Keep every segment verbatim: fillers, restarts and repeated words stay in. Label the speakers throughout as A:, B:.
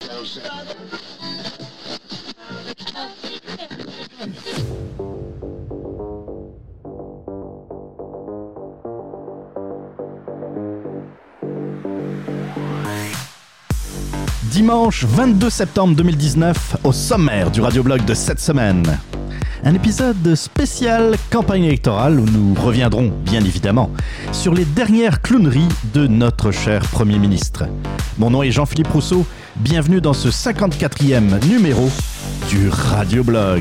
A: Dimanche vingt-deux septembre deux mille dix-neuf, au sommaire du radioblog de cette semaine. Un épisode spécial campagne électorale où nous reviendrons, bien évidemment, sur les dernières clowneries de notre cher Premier ministre. Mon nom est Jean-Philippe Rousseau, bienvenue dans ce cinquante-quatrième numéro du radioblog.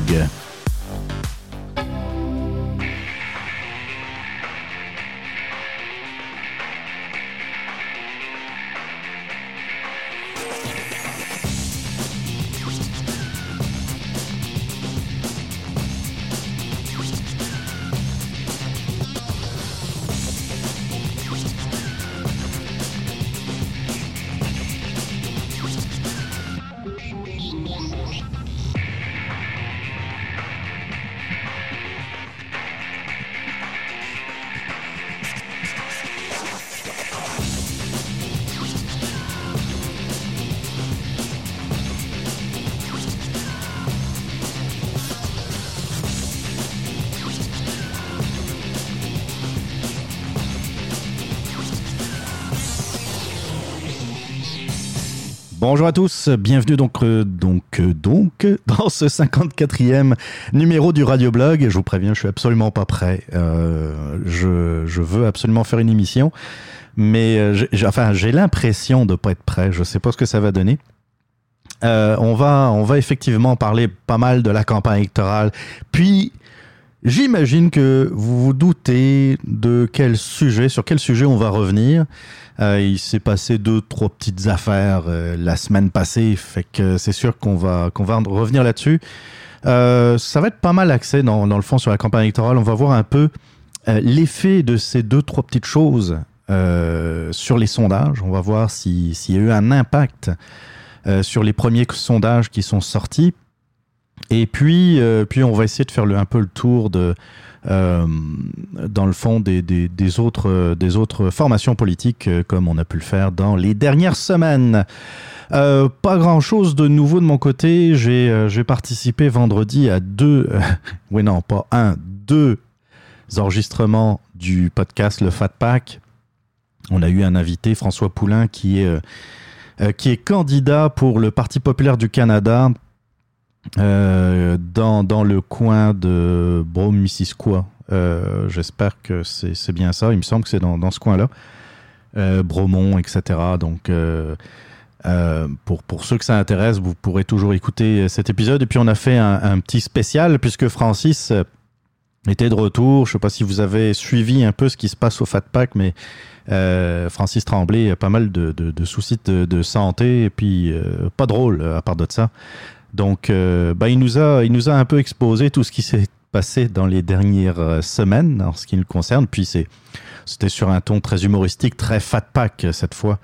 A: Bonjour à tous, bienvenue donc, euh, donc, euh, donc dans ce cinquante-quatrième numéro du radioblog. Je vous préviens, je suis absolument pas prêt. Euh, je, je veux absolument faire une émission, mais euh, j'ai, enfin, j'ai l'impression de pas être prêt. Je sais pas ce que ça va donner. Euh, on va, on va effectivement parler pas mal de la campagne électorale. Puis, j'imagine que vous vous doutez de quel sujet, sur quel sujet on va revenir. Euh, il s'est passé deux, trois petites affaires euh, la semaine passée, fait que c'est sûr qu'on va qu'on va revenir là-dessus. Euh, ça va être pas mal axé dans, dans le fond sur la campagne électorale. On va voir un peu euh, l'effet de ces deux, trois petites choses euh, sur les sondages. On va voir si, s'il y a eu un impact euh, sur les premiers sondages qui sont sortis. Et puis, euh, puis on va essayer de faire le, un peu le tour de Euh, dans le fond des, des, des, autres, des autres formations politiques euh, comme on a pu le faire dans les dernières semaines. Euh, pas grand-chose de nouveau de mon côté. J'ai, euh, j'ai participé vendredi à deux, euh, oui non, pas un, deux enregistrements du podcast Le Fat Pack. On a eu un invité, François Poulain, qui est, euh, qui est candidat pour le Parti populaire du Canada. Euh, dans, dans le coin de Brome-Missisquoi. Euh, j'espère que c'est, c'est bien ça. Il me semble que c'est dans, dans ce coin-là. Euh, Bromont, et cetera. Donc, euh, euh, pour, pour ceux que ça intéresse, vous pourrez toujours écouter cet épisode. Et puis, on a fait un, un petit spécial puisque Francis était de retour. Je ne sais pas si vous avez suivi un peu ce qui se passe au Fat Pack, mais euh, Francis Tremblay a pas mal de, de, de soucis de, de santé et puis euh, pas drôle à part de ça. Donc, euh, bah, il nous a, il nous a un peu exposé tout ce qui s'est passé dans les dernières semaines en ce qui nous concerne. Puis c'est, c'était sur un ton très humoristique, très Fat Pack cette fois.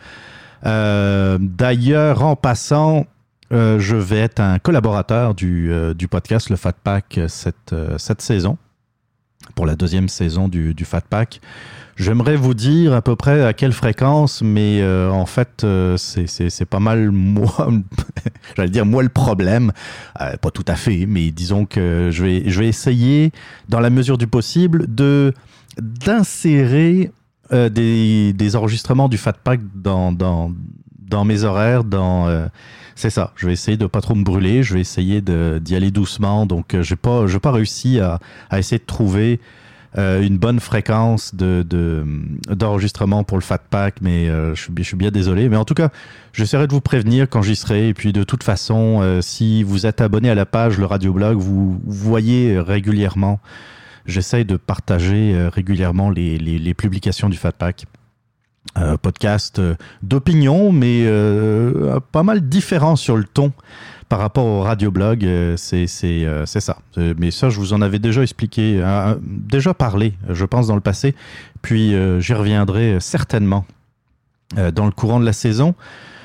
A: Euh, d'ailleurs, en passant, euh, je vais être un collaborateur du, euh, du podcast Le Fat Pack cette, euh, cette saison, pour la deuxième saison du, du Fat Pack. J'aimerais vous dire à peu près à quelle fréquence, mais euh, en fait, euh, c'est, c'est, c'est pas mal moi, j'allais dire moi le problème, euh, pas tout à fait, mais disons que je vais, je vais essayer, dans la mesure du possible, de d'insérer euh, des, des enregistrements du Fat Pack dans, dans, dans mes horaires, dans... Euh, c'est ça, je vais essayer de pas trop me brûler, je vais essayer de, d'y aller doucement, donc euh, j'ai pas, j'ai pas réussi à, à essayer de trouver Euh, une bonne fréquence de, de, d'enregistrement pour le Fat Pack, mais euh, je, suis, je suis bien désolé. Mais en tout cas, j'essaierai de vous prévenir quand j'y serai. Et puis de toute façon, euh, si vous êtes abonné à la page Le Radioblog, vous, vous voyez régulièrement, j'essaie de partager euh, régulièrement les, les, les publications du Fat Pack. Euh, podcast euh, d'opinion, mais euh, pas mal différent sur le ton par rapport au radioblog, euh, c'est, c'est, euh, c'est ça. Euh, mais ça, je vous en avais déjà expliqué, euh, déjà parlé, je pense, dans le passé. Puis, euh, j'y reviendrai certainement euh, dans le courant de la saison.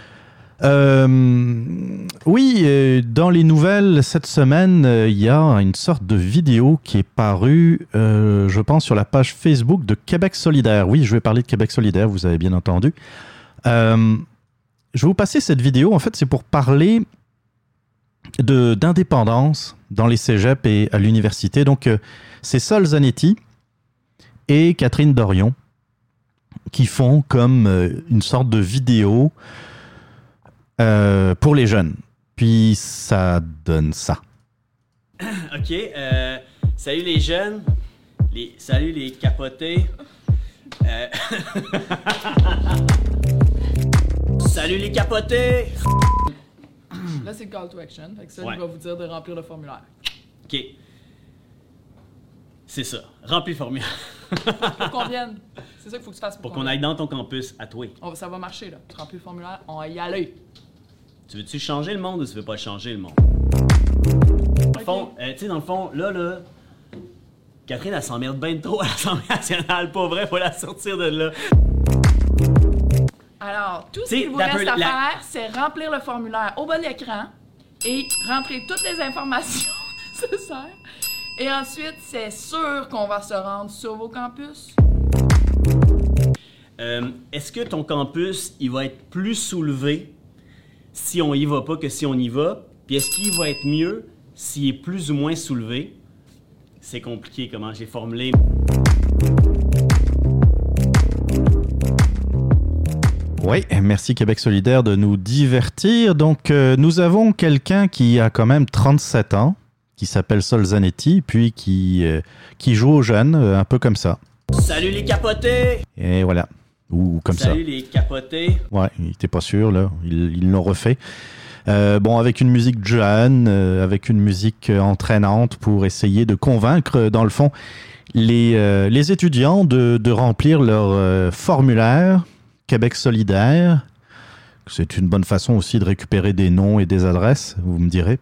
A: Euh, oui, euh, dans les nouvelles, cette semaine, il euh, y a une sorte de vidéo qui est parue, euh, je pense, sur la page Facebook de Québec solidaire. Oui, je vais parler de Québec solidaire, vous avez bien entendu. Euh, je vais vous passer cette vidéo. En fait, c'est pour parler de, d'indépendance dans les cégeps et à l'université. Donc, euh, c'est Sol Zanetti et Catherine Dorion qui font comme euh, une sorte de vidéo euh, pour les jeunes. Puis, ça donne ça.
B: OK. Euh, salut les jeunes. Les, salut les capotés. Euh... Salut les capotés!
C: Là, c'est le call to action. Fait que ça,
B: ouais.
C: il va vous dire de remplir le formulaire.
B: OK. C'est ça. Remplis le formulaire.
C: Pour qu'on vienne. C'est ça qu'il faut que tu fasses pour,
B: pour
C: qu'on
B: qu'on aille dans ton campus à toi.
C: On, ça va marcher, là. Tu remplis le formulaire, on va y aller.
B: Tu veux-tu changer le monde ou tu veux pas changer le monde? Dans le fond, euh, tu sais, dans le fond, là, là, Catherine, elle s'emmerde bien trop à l'Assemblée nationale. Pas vrai, faut la sortir de là.
C: Alors, tout ce
B: T'sais,
C: qu'il vous reste
B: peu,
C: à
B: la...
C: faire, c'est remplir le formulaire au bas de l'écran et rentrer toutes les informations nécessaires. Et ensuite, c'est sûr qu'on va se rendre sur vos campus.
B: Euh, est-ce que ton campus, il va être plus soulevé si on y va pas que si on y va? Puis est-ce qu'il va être mieux s'il est plus ou moins soulevé? C'est compliqué comment j'ai formulé.
A: Oui, merci Québec solidaire de nous divertir. Donc, euh, nous avons quelqu'un qui a quand même trente-sept ans, qui s'appelle Sol Zanetti, puis qui, euh, qui joue aux jeunes, euh, un peu comme ça.
B: Salut les capotés!
A: Et voilà. Ou comme
B: Salut
A: ça.
B: Salut les capotés!
A: Ouais, il était pas sûr, là. Ils, ils l'ont refait. Euh, bon, avec une musique jeune, euh, avec une musique euh, entraînante pour essayer de convaincre, euh, dans le fond, les, euh, les étudiants de, de remplir leur euh, formulaire Québec solidaire. C'est une bonne façon aussi de récupérer des noms et des adresses, vous me direz.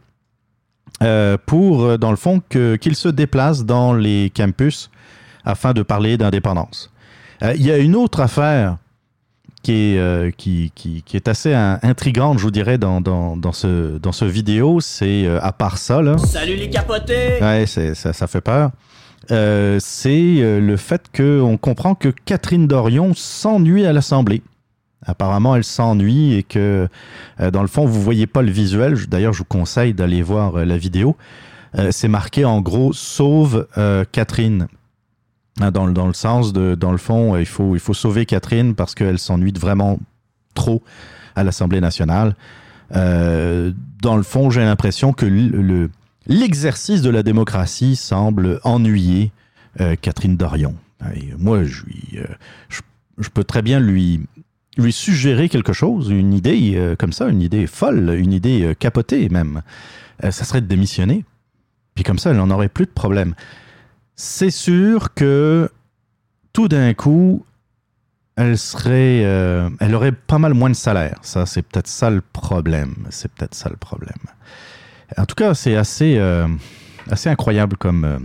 A: Euh, pour, dans le fond, que, qu'ils se déplacent dans les campus afin de parler d'indépendance. Euh, il y a une autre affaire qui est, euh, qui, qui, qui est assez hein, intrigante, je vous dirais, dans, dans, dans, ce, dans ce vidéo. C'est, euh, à part ça, là...
B: Salut les capotés!
A: Ouais, c'est, ça, ça fait peur. Euh, c'est euh, le fait qu'on comprend que Catherine Dorion s'ennuie à l'Assemblée. Apparemment, elle s'ennuie et que, euh, dans le fond, vous ne voyez pas le visuel. D'ailleurs, je vous conseille d'aller voir euh, la vidéo. Euh, c'est marqué, en gros, « Sauve euh, Catherine ». Dans, dans le sens de, dans le fond, il faut, il faut sauver Catherine parce qu'elle s'ennuie vraiment trop à l'Assemblée nationale. Euh, dans le fond, j'ai l'impression que le, le, l'exercice de la démocratie semble ennuyer euh, Catherine Dorion. Et moi, je, lui, euh, je, je peux très bien lui, lui suggérer quelque chose, une idée euh, comme ça, une idée folle, une idée euh, capotée même. Euh, ça serait de démissionner. Puis comme ça, elle n'en aurait plus de problème. C'est sûr que tout d'un coup, elle serait, euh, elle aurait pas mal moins de salaire. Ça, c'est peut-être ça le problème. C'est peut-être ça le problème. En tout cas, c'est assez, euh, assez incroyable comme, euh,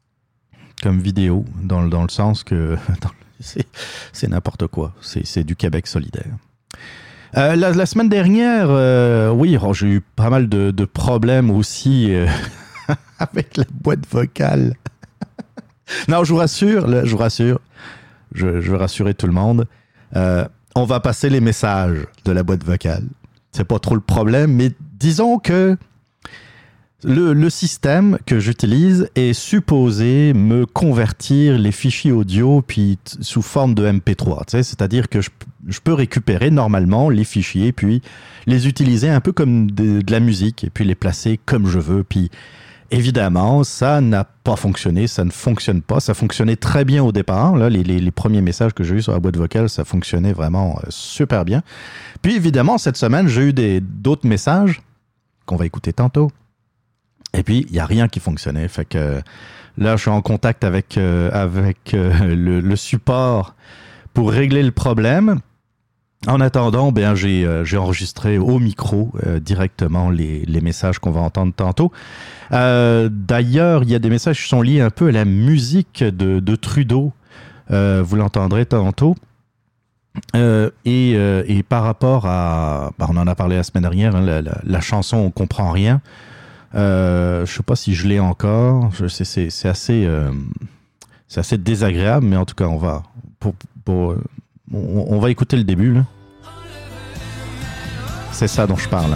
A: comme vidéo, dans, dans le sens que dans, c'est, c'est n'importe quoi. C'est, c'est du Québec solidaire. Euh, la, la semaine dernière, euh, oui, oh, j'ai eu pas mal de, de problèmes aussi euh, avec la boîte vocale. Non, je vous rassure, là, je vous rassure, je, je veux rassurer tout le monde. Euh, on va passer les messages de la boîte vocale. C'est pas trop le problème, mais disons que le, le système que j'utilise est supposé me convertir les fichiers audio puis t- sous forme de M P trois. Tu sais, c'est-à-dire que je, je peux récupérer normalement les fichiers puis les utiliser un peu comme de, de la musique et puis les placer comme je veux. Puis évidemment, ça n'a pas fonctionné, ça ne fonctionne pas. Ça fonctionnait très bien au départ. Là, les, les, les premiers messages que j'ai eus sur la boîte vocale, ça fonctionnait vraiment euh, super bien. Puis évidemment, cette semaine, j'ai eu des, d'autres messages qu'on va écouter tantôt. Et puis, il n'y a rien qui fonctionnait. Fait que là, je suis en contact avec, euh, avec euh, le, le support pour régler le problème. En attendant, ben, j'ai, euh, j'ai enregistré au micro euh, directement les, les messages qu'on va entendre tantôt. Euh, d'ailleurs, il y a des messages qui sont liés un peu à la musique de, de Trudeau. Euh, vous l'entendrez tantôt. Euh, et, euh, et par rapport à... Ben, on en a parlé la semaine dernière, hein, la, la, la chanson « On comprend rien ». Euh, je ne sais pas si je l'ai encore. Je sais, c'est, c'est, assez, euh, c'est assez désagréable, mais en tout cas, on va, pour, pour, on, on va écouter le début. Là. c'est ça dont je parle.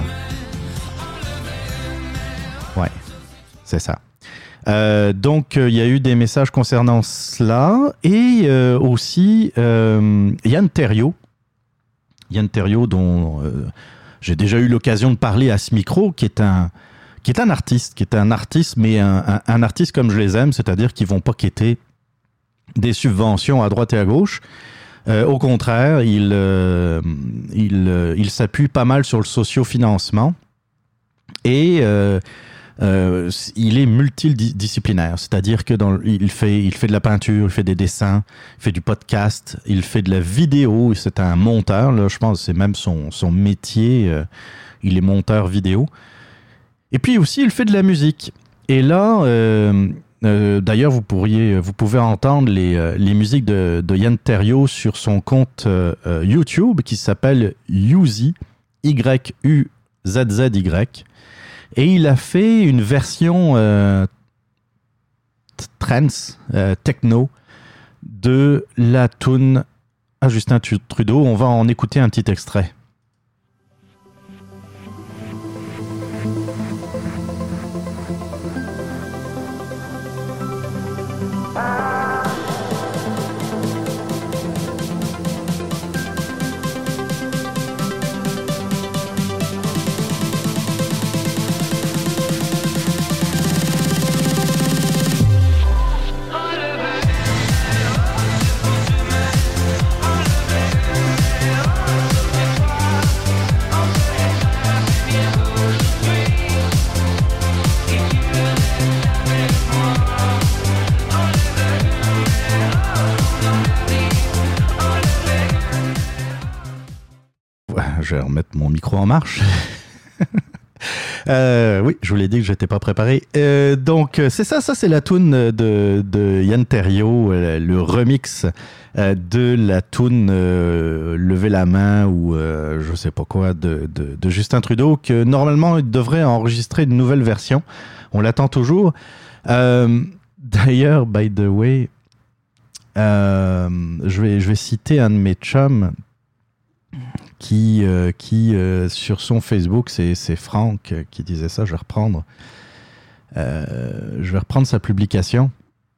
A: Ouais, c'est ça. Euh, donc, il euh, y a eu des messages concernant cela. Et euh, aussi, euh, Yann Terriot. Yann Terriot, dont euh, j'ai déjà eu l'occasion de parler à ce micro, qui est un, qui est un artiste, qui est un artiste, mais un, un, un artiste comme je les aime, c'est-à-dire qu'ils ne vont pas quêter des subventions à droite et à gauche. Euh, au contraire, il, euh, il, euh, il s'appuie pas mal sur le sociofinancement. Et... Euh, Euh, il est multidisciplinaire, c'est-à-dire que dans, il fait, il fait de la peinture, il fait des dessins, il fait du podcast, il fait de la vidéo. C'est un monteur, là, je pense, que c'est même son son métier. Euh, il est monteur vidéo. Et puis aussi, il fait de la musique. Et là, euh, euh, d'ailleurs, vous pourriez, vous pouvez entendre les euh, les musiques de, de Yann Terriot sur son compte euh, YouTube qui s'appelle Yuzy, Y U Z Z Y. Et il a fait une version euh, trance, euh, techno, de la toune à Justin Trudeau. On va en écouter un petit extrait. Je vais remettre mon micro en marche. euh, oui, je vous l'ai dit que je n'étais pas préparé. Euh, donc, c'est ça, ça c'est la toune de, de Yann Terriot, le remix de la toune euh, Levez la main ou euh, je sais pas quoi de, de, de Justin Trudeau, que normalement il devrait enregistrer une nouvelle version. On l'attend toujours. Euh, d'ailleurs, by the way, euh, je vais, je vais citer un de mes chums qui, euh, qui euh, sur son Facebook, c'est, c'est Franck qui disait ça, je vais reprendre, euh, je vais reprendre sa publication.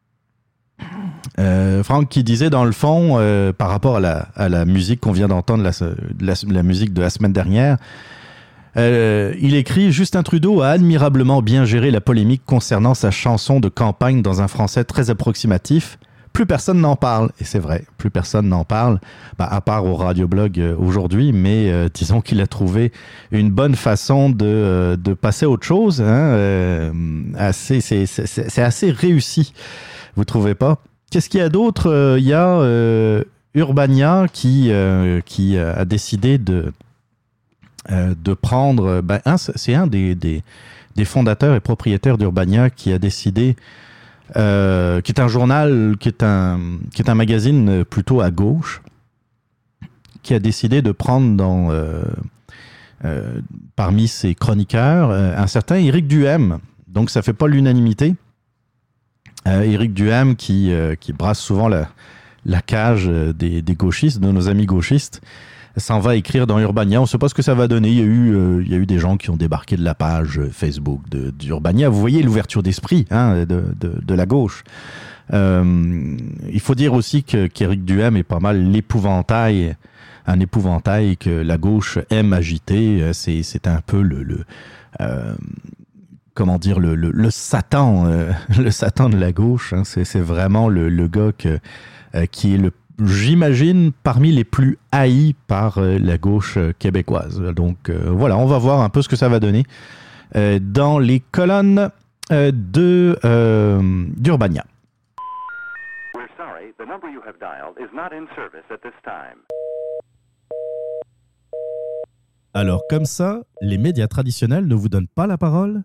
A: Euh, Franck qui disait dans le fond, euh, par rapport à la, à la musique qu'on vient d'entendre, la, la, la musique de la semaine dernière, euh, il écrit « Justin Trudeau a admirablement bien géré la polémique concernant sa chanson de campagne dans un français très approximatif. Plus personne n'en parle. » Et c'est vrai, plus personne n'en parle, bah, à part au radioblog euh, aujourd'hui, mais euh, disons qu'il a trouvé une bonne façon de, euh, de passer à autre chose. Hein, euh, assez, c'est, c'est, c'est assez réussi, vous trouvez pas? Qu'est-ce qu'il y a d'autre? Il y a euh, Urbania qui, euh, qui a décidé de, euh, de prendre... Ben, un, c'est un des, des, des fondateurs et propriétaires d'Urbania qui a décidé... Euh, qui est un journal, qui est un, qui est un magazine plutôt à gauche, qui a décidé de prendre dans, euh, euh, parmi ses chroniqueurs euh, un certain Éric Duhem. Donc ça fait pas l'unanimité. Euh, Éric Duhem qui, euh, qui brasse souvent la, la cage des, des gauchistes, de nos amis gauchistes, s'en va écrire dans Urbania. On ne sait pas ce que ça va donner. Il y a eu, euh, il y a eu des gens qui ont débarqué de la page Facebook de, d'Urbania. Vous voyez l'ouverture d'esprit hein, de, de, de la gauche. Euh, il faut dire aussi que, qu'Éric Duhem est pas mal l'épouvantail, un épouvantail que la gauche aime agiter. C'est, c'est un peu le... le euh, comment dire, le, le, le Satan, euh, le Satan de la gauche. Hein. C'est, c'est vraiment le, le gars que, euh, qui est le j'imagine, parmi les plus haïs par euh, la gauche euh, québécoise. Donc euh, voilà, on va voir un peu ce que ça va donner euh, dans les colonnes euh, de euh, d'Urbania. We're sorry, the number you have dialed is not in service at this time. Alors comme ça, les médias traditionnels ne vous donnent pas la parole?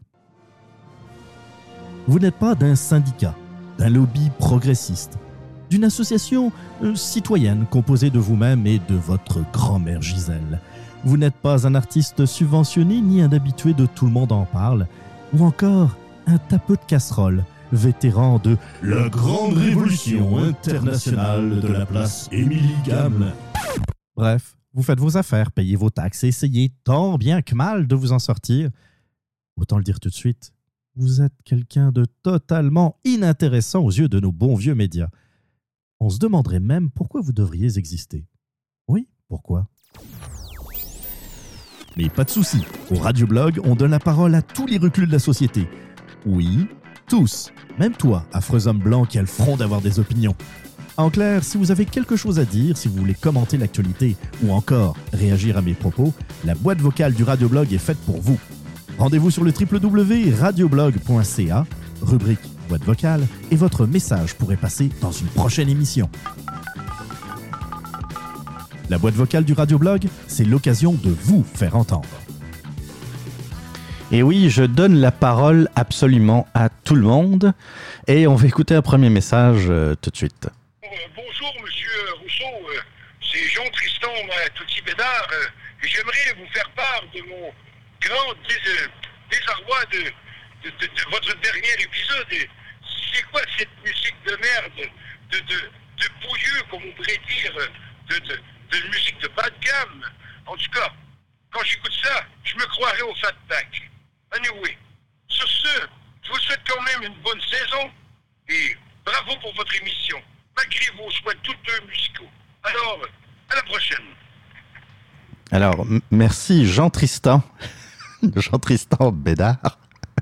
A: Vous n'êtes pas d'un syndicat, d'un lobby progressiste, d'une association euh, citoyenne composée de vous-même et de votre grand-mère Gisèle. Vous n'êtes pas un artiste subventionné ni un habitué de Tout le monde en parle, ou encore un tapeux de casserole, vétéran de la grande révolution internationale de la place Émilie Gamelin. Bref, vous faites vos affaires, payez vos taxes et essayez tant bien que mal de vous en sortir. Autant le dire tout de suite, vous êtes quelqu'un de totalement inintéressant aux yeux de nos bons vieux médias. On se demanderait même pourquoi vous devriez exister. Oui, pourquoi ? Mais pas de souci, au Radioblog, on donne la parole à tous les reculs de la société. Oui, tous, même toi, affreux homme blanc qui a le front d'avoir des opinions. En clair, si vous avez quelque chose à dire, si vous voulez commenter l'actualité ou encore réagir à mes propos, la boîte vocale du Radioblog est faite pour vous. Rendez-vous sur le w w w point radioblog point c a, rubrique boîte vocale, et votre message pourrait passer dans une prochaine émission. La boîte vocale du Radioblog, c'est l'occasion de vous faire entendre. Et oui, je donne la parole absolument à tout le monde. Et on va écouter un premier message euh, tout de suite.
D: Euh, bonjour, monsieur Rousseau. Euh, c'est Jean-Tristan Touty-Bédard. Euh, et j'aimerais vous faire part de mon grand dés- euh, désarroi de, de, de, de votre dernier épisode. Et c'est quoi cette musique de merde, de, de, de bouilleux, comme on pourrait dire, de, de, de musique de bas de gamme? En tout cas, quand j'écoute ça, je me croirais au Fat Pack. Anyway, sur ce, je vous souhaite quand même une bonne saison et bravo pour votre émission, malgré vos choix douteux musicaux. Alors, à la prochaine.
A: Alors, m- merci Jean-Tristan. Jean-Tristan Bédard.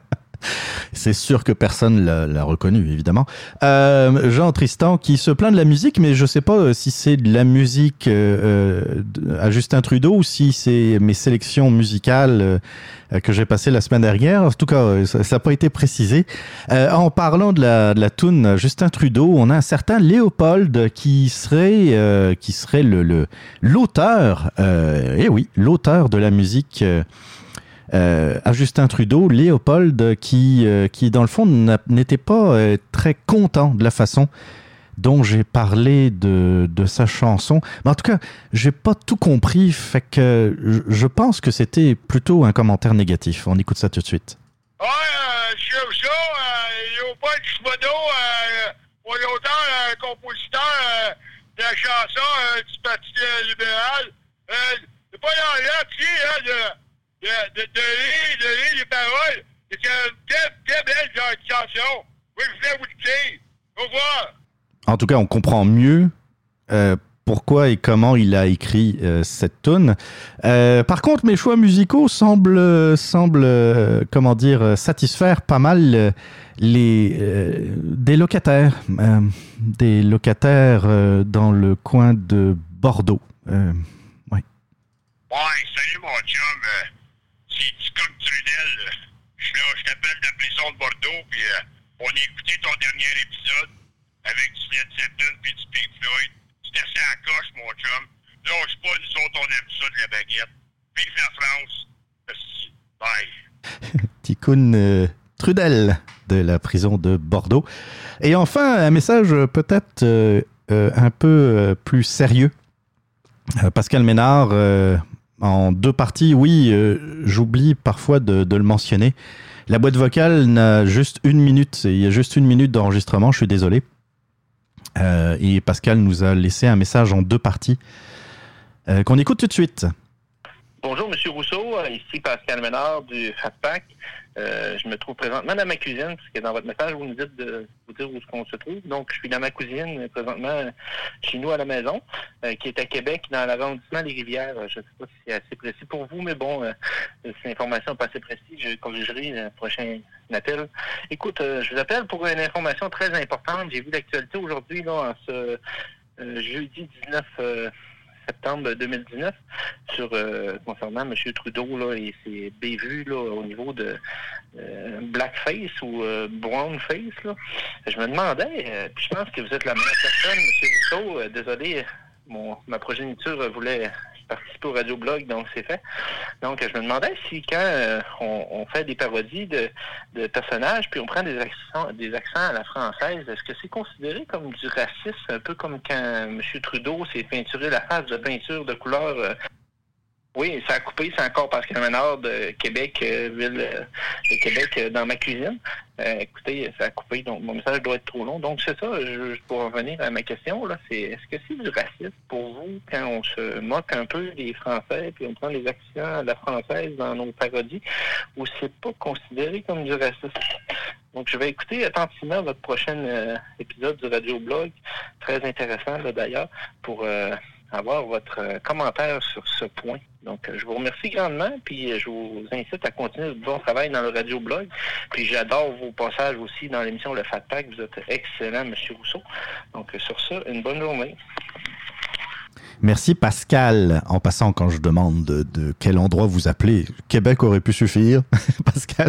A: C'est sûr que personne l'a, l'a reconnu, évidemment. Euh, Jean-Tristan qui se plaint de la musique, mais je ne sais pas si c'est de la musique euh, à Justin Trudeau ou si c'est mes sélections musicales euh, que j'ai passées la semaine dernière. En tout cas, ça n'a pas été précisé. Euh, en parlant de la, de la toune Justin Trudeau, on a un certain Léopold qui serait, euh, qui serait le, le, l'auteur, euh, eh oui, l'auteur de la musique euh, Euh, à Justin Trudeau, Léopold, qui, euh, qui dans le fond n'était pas euh, très content de la façon dont j'ai parlé de, de sa chanson. Mais en tout cas, j'ai pas tout compris, fait que je, je pense que c'était plutôt un commentaire négatif. On écoute ça tout de suite.
D: Ouais, euh, je suis ça, euh, Léopold Schmodo, euh, mon auteur, euh, compositeur euh, de la chanson euh, du Parti euh, libéral. Euh, c'est pas dans l'air, tu sais, hein, de... De, de, de, lire, de lire les paroles. C'est une très, très belle chanson. Oui, je voulais vous le dire. Au revoir.
A: En tout cas, on comprend mieux euh, pourquoi et comment il a écrit euh, cette toune. Euh, par contre, mes choix musicaux semblent, semblent euh, comment dire, satisfaire pas mal euh, les, euh, des locataires. Euh, des locataires euh, dans le coin de Bordeaux. Euh, ouais.
D: Ouais, salut mon chum. Euh, c'est Scott Trudel. Je suis là, je t'appelle de la prison de Bordeaux, puis euh, on a écouté ton dernier épisode avec du Led Zeppelin puis du Pink Floyd. C'était assez à la coche, mon chum. Lâche pas, nous autres, on aime ça de la baguette. Vive la France. Merci. Bye.
A: Ticoun euh, Trudel de la prison de Bordeaux. Et enfin, un message peut-être euh, euh, un peu euh, plus sérieux. Euh, Pascal Ménard, euh, en deux parties, oui, euh, j'oublie parfois de, de le mentionner. La boîte vocale n'a juste une minute, il y a juste une minute d'enregistrement, je suis désolé. Euh, et Pascal nous a laissé un message en deux parties euh, qu'on écoute tout de suite.
E: Bonjour, M. Rousseau. Ici Pascal Ménard du FatPack. Euh, je me trouve présentement dans ma cuisine, parce que dans votre message, vous nous dites de vous dire où est-ce qu'on se trouve. Donc, je suis dans ma cuisine présentement chez nous à la maison, euh, qui est à Québec, dans l'arrondissement des Rivières. Je ne sais pas si c'est assez précis pour vous, mais bon, euh, si l'information n'est pas assez précise, je corrigerai le prochain appel. Écoute, euh, je vous appelle pour une information très importante. J'ai vu l'actualité aujourd'hui, là, en ce euh, jeudi dix-neuf euh, septembre deux mille dix-neuf sur euh, concernant M. Trudeau là, et ses bévues là, au niveau de euh, blackface ou euh, brownface. Là. Je me demandais, euh, puis je pense que vous êtes la meilleure personne, M. Rousseau. Euh, désolé, mon, ma progéniture voulait participer au radioblog, donc c'est fait. Donc, je me demandais si quand euh, on, on fait des parodies de, de personnages, puis on prend des accents, des accents à la française, est-ce que c'est considéré comme du racisme, un peu comme quand M. Trudeau s'est peinturé la face de peinture de couleur euh, Oui, ça a coupé, c'est encore Pascal Ménard de Québec, euh, ville euh, de Québec, euh, dans ma cuisine. Euh, écoutez, ça a coupé, donc mon message doit être trop long. Donc c'est ça, je, pour revenir à ma question, là, c'est est-ce que c'est du racisme pour vous quand on se moque un peu des Français, puis on prend les accents à la française dans nos parodies, ou c'est pas considéré comme du racisme? Donc je vais écouter attentivement votre prochain euh, épisode du Radio-Blog, très intéressant là, d'ailleurs, pour euh, avoir votre euh, commentaire sur ce point. Donc, je vous remercie grandement, puis je vous incite à continuer le bon travail dans le Radio-Blog. Puis j'adore vos passages aussi dans l'émission Le Fat Pack. Vous êtes excellent, M. Rousseau. Donc, sur ça, une bonne journée.
A: Merci Pascal. En passant, quand je demande de, de quel endroit vous appelez, Québec aurait pu suffire, Pascal.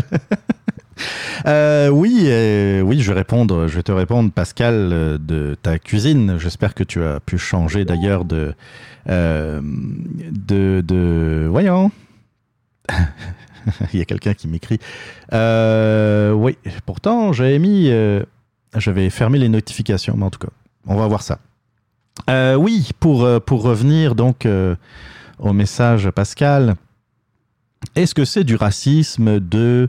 A: Euh, oui, euh, oui, je vais répondre. Je vais te répondre, Pascal, euh, de ta cuisine. J'espère que tu as pu changer d'ailleurs de, euh, de, de. Voyons. Il y a quelqu'un qui m'écrit. Euh, oui, pourtant j'avais mis, euh, j'avais fermé les notifications, mais en tout cas, on va voir ça. Euh, oui, pour pour revenir donc euh, au message, Pascal. Est-ce que c'est du racisme de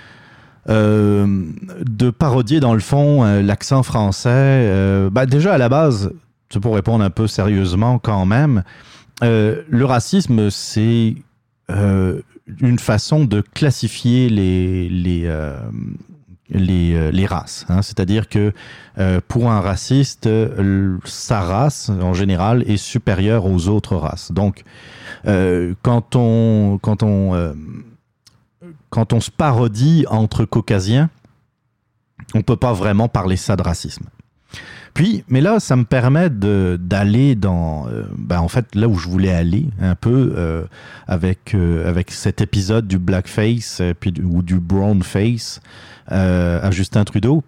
A: Euh, de parodier dans le fond euh, l'accent français? euh, bah déjà à la base, c'est pour répondre un peu sérieusement quand même, euh, le racisme c'est euh, une façon de classifier les les euh, les, euh, les races, hein. C'est-à-dire que euh, pour un raciste, euh, sa race en général est supérieure aux autres races. Donc euh, quand on quand on euh, Quand on se parodie entre caucasiens, on ne peut pas vraiment parler ça de racisme. Puis, mais là, ça me permet de, d'aller dans, euh, ben en fait, là où je voulais aller un peu euh, avec euh, avec cet épisode du blackface euh, puis du, ou du brownface euh, à Justin Trudeau.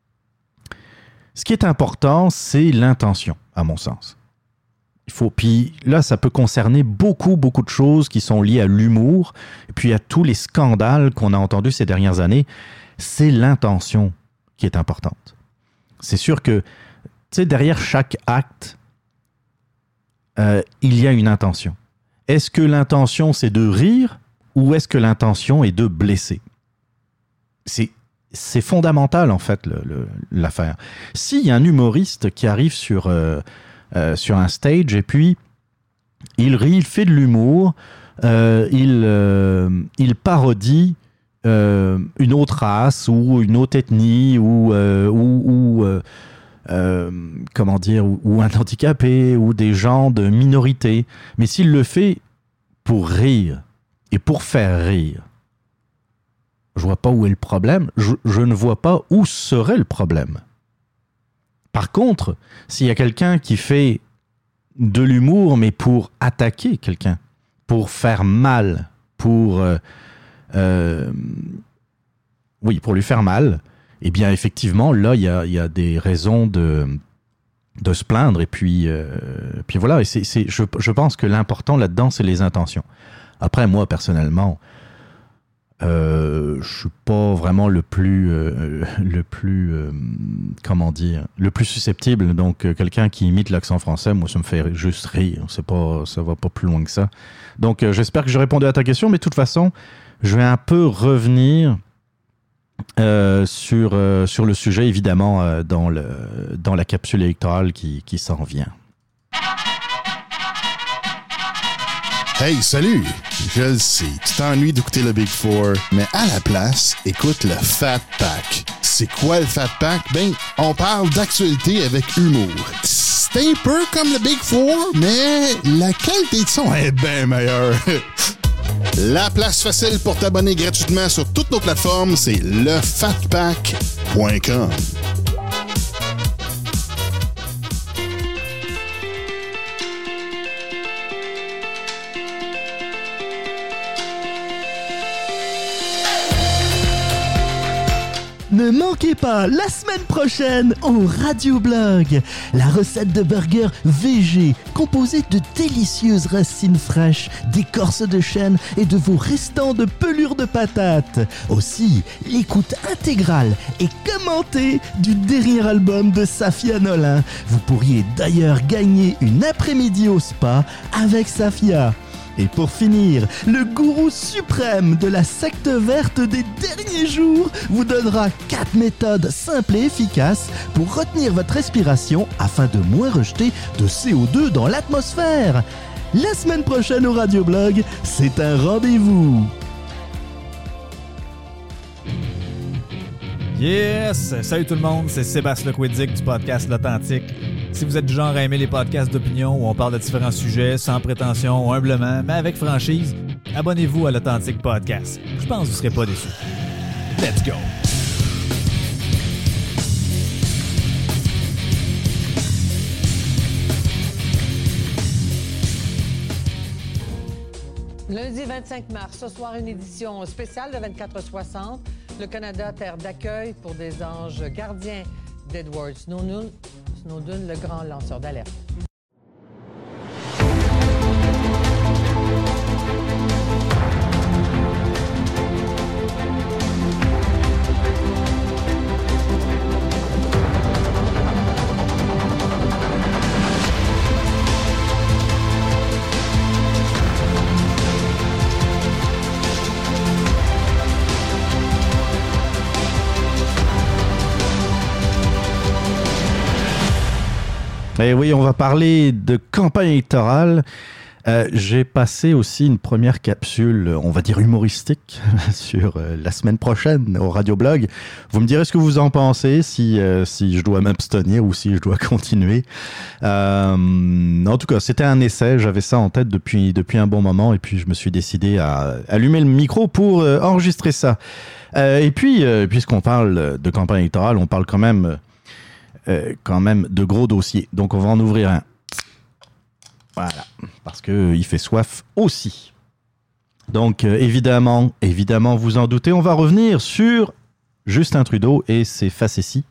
A: Ce qui est important, c'est l'intention, à mon sens. Il faut, puis là, ça peut concerner beaucoup, beaucoup de choses qui sont liées à l'humour, et puis à tous les scandales qu'on a entendus ces dernières années. C'est l'intention qui est importante. C'est sûr que, tu sais, derrière chaque acte, euh, il y a une intention. Est-ce que l'intention, c'est de rire, ou est-ce que l'intention est de blesser? C'est, c'est fondamental, en fait, le, le, l'affaire. S'il y a un humoriste qui arrive sur... Euh, Euh, sur un stage et puis il rit, il fait de l'humour, euh, il, euh, il parodie euh, une autre race ou une autre ethnie ou, euh, ou, ou euh, euh, comment dire, ou, ou un handicapé ou des gens de minorité. Mais s'il le fait pour rire et pour faire rire, je vois pas où est le problème. Je, je ne vois pas où serait le problème. Par contre, s'il y a quelqu'un qui fait de l'humour, mais pour attaquer quelqu'un, pour faire mal, pour... Euh, euh, oui, pour lui faire mal, eh bien, effectivement, là, il y a, y a des raisons de, de se plaindre. Et puis, euh, puis voilà, et c'est, c'est, je, je pense que l'important là-dedans, c'est les intentions. Après, moi, personnellement... Euh, je suis pas vraiment le plus, euh, le plus, euh, comment dire, le plus susceptible. Donc, euh, quelqu'un qui imite l'accent français, moi, ça me fait juste rire. C'est pas, ça va pas plus loin que ça. Donc, euh, j'espère que j'ai répondu à ta question, mais de toute façon, je vais un peu revenir euh, sur euh, sur le sujet, évidemment, euh, dans le dans la capsule électorale qui qui s'en vient.
F: Hey, salut! Je le sais, tu t'ennuies d'écouter le Big Four, mais à la place, écoute le Fat Pack. C'est quoi le Fat Pack? Ben, on parle d'actualité avec humour. C'est un peu comme le Big Four, mais la qualité de son est bien meilleure. La place facile pour t'abonner gratuitement sur toutes nos plateformes, c'est le fat pack point com.
G: Ne manquez pas, la semaine prochaine, au Radio-Blog, la recette de burger végé, composée de délicieuses racines fraîches, d'écorce de chêne et de vos restants de pelure de patates. Aussi, l'écoute intégrale et commentée du dernier album de Safia Nolin. Vous pourriez d'ailleurs gagner une après-midi au spa avec Safia. Et pour finir, le gourou suprême de la secte verte des derniers jours vous donnera quatre méthodes simples et efficaces pour retenir votre respiration afin de moins rejeter de C O deux dans l'atmosphère. La semaine prochaine au Radioblog, c'est un rendez-vous.
H: Yes! Salut tout le monde, c'est Sébastien Lequidic du podcast L'Authentique. Si vous êtes du genre à aimer les podcasts d'opinion où on parle de différents sujets sans prétention, humblement, mais avec franchise, abonnez-vous à L'Authentique Podcast. Je pense que vous ne serez pas déçus. Let's go!
I: Lundi vingt-cinq mars, ce soir, une édition spéciale de vingt-quatre soixante. Le Canada, terre d'accueil pour des anges gardiens d'Edward Snowden, Snowden, le grand lanceur d'alerte.
A: Et oui, on va parler de campagne électorale. Euh, j'ai passé aussi une première capsule, on va dire humoristique, sur euh, la semaine prochaine au Radioblog. Vous me direz ce que vous en pensez, si, euh, si je dois m'abstenir ou si je dois continuer. Euh, en tout cas, c'était un essai, j'avais ça en tête depuis, depuis un bon moment et puis je me suis décidé à allumer le micro pour euh, enregistrer ça. Euh, et puis, euh, puisqu'on parle de campagne électorale, on parle quand même... Euh, quand même de gros dossiers. Donc on va en ouvrir un. Voilà, parce que il fait soif aussi. Donc euh, évidemment, évidemment, vous en doutez, on va revenir sur Justin Trudeau et ses facéties.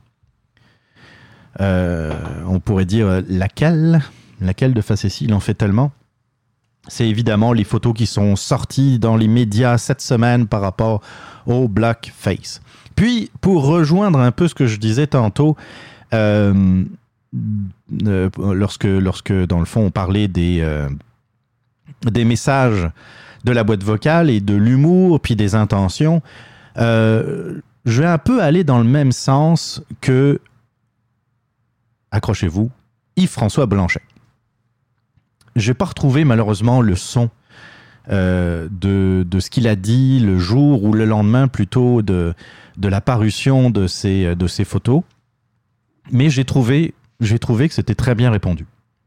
A: Euh, on pourrait dire laquelle, laquelle de facéties, il en fait tellement. C'est évidemment les photos qui sont sorties dans les médias cette semaine par rapport au blackface. Puis, pour rejoindre un peu ce que je disais tantôt, Euh, euh, lorsque, lorsque, dans le fond, on parlait des, euh, des messages de la boîte vocale et de l'humour, puis des intentions, euh, je vais un peu aller dans le même sens que, accrochez-vous, Yves-François Blanchet. Je n'ai pas retrouvé malheureusement le son euh, de, de ce qu'il a dit le jour ou le lendemain plutôt de, de la parution de ces, de ces photos. Mais j'ai trouvé, j'ai trouvé que c'était très bien répondu.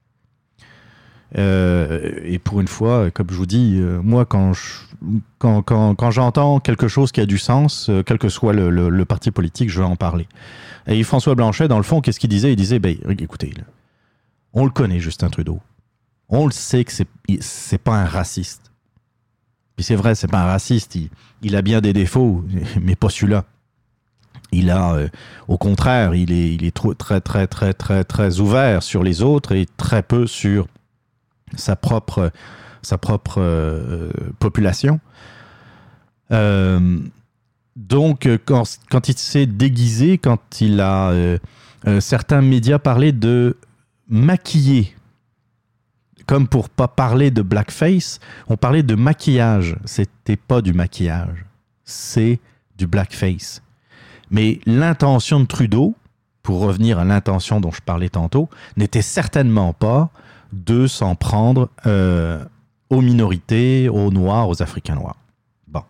A: Euh, et pour une fois, comme je vous dis, euh, moi, quand, je, quand, quand, quand j'entends quelque chose qui a du sens, euh, quel que soit le, le, le parti politique, je vais en parler. Et François Blanchet, dans le fond, qu'est-ce qu'il disait? Il disait, ben, écoutez, là, on le connaît, Justin Trudeau. On le sait que c'est, c'est pas un raciste. Puis c'est vrai, c'est pas un raciste. Il, il a bien des défauts, mais pas celui-là. Il a, euh, au contraire, il est, il est trop, très, très, très, très, très ouvert sur les autres et très peu sur sa propre, sa propre euh, population. Euh, donc, quand, quand il s'est déguisé, quand il a... Euh, euh, certains médias parlaient de maquiller. Comme pour pas parler de blackface, on parlait de maquillage. C'était pas du maquillage, c'est du blackface. Mais l'intention de Trudeau, pour revenir à l'intention dont je parlais tantôt, n'était certainement pas de s'en prendre euh, aux minorités, aux Noirs, aux Africains noirs. Bon.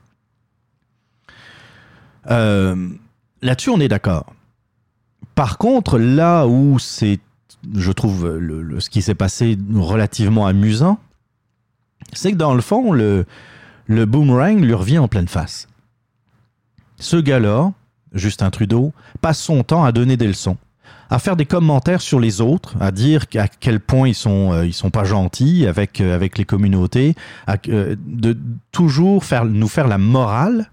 A: Euh, là-dessus, on est d'accord. Par contre, là où c'est, je trouve, le, le, ce qui s'est passé relativement amusant, c'est que dans le fond, le, le boomerang lui revient en pleine face. Ce gars-là, Justin Trudeau, passe son temps à donner des leçons, à faire des commentaires sur les autres, à dire à quel point ils sont, euh, ils sont pas gentils avec, euh, avec les communautés, à, euh, de toujours faire, nous faire la morale,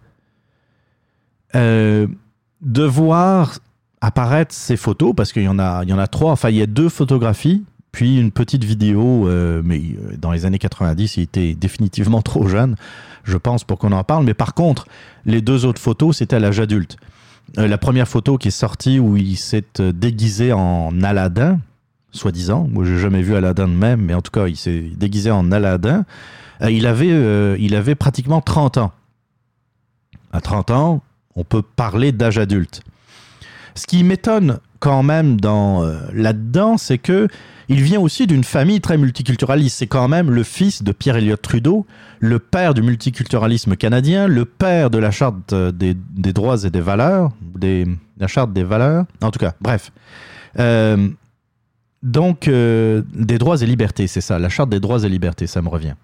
A: euh, de voir apparaître ces photos, parce qu'il y en a, il y en a trois, enfin il y a deux photographies, puis une petite vidéo, euh, mais dans les années quatre-vingt-dix, il était définitivement trop jeune, je pense, pour qu'on en parle, mais par contre, les deux autres photos, c'était à l'âge adulte. Euh, la première photo qui est sortie où il s'est déguisé en Aladdin, soi-disant. Moi, j'ai jamais vu Aladdin de même, mais en tout cas, il s'est déguisé en Aladdin. Euh, il, avait, euh, il avait pratiquement trente ans. À trente ans, on peut parler d'âge adulte. Ce qui m'étonne quand même dans, euh, là-dedans, c'est que il vient aussi d'une famille très multiculturaliste. C'est quand même le fils de Pierre Elliott Trudeau, le père du multiculturalisme canadien, le père de la Charte des, des droits et des valeurs, des, la Charte des valeurs, en tout cas, bref. Euh, donc, euh, des droits et libertés, c'est ça, la Charte des droits et libertés, ça me revient.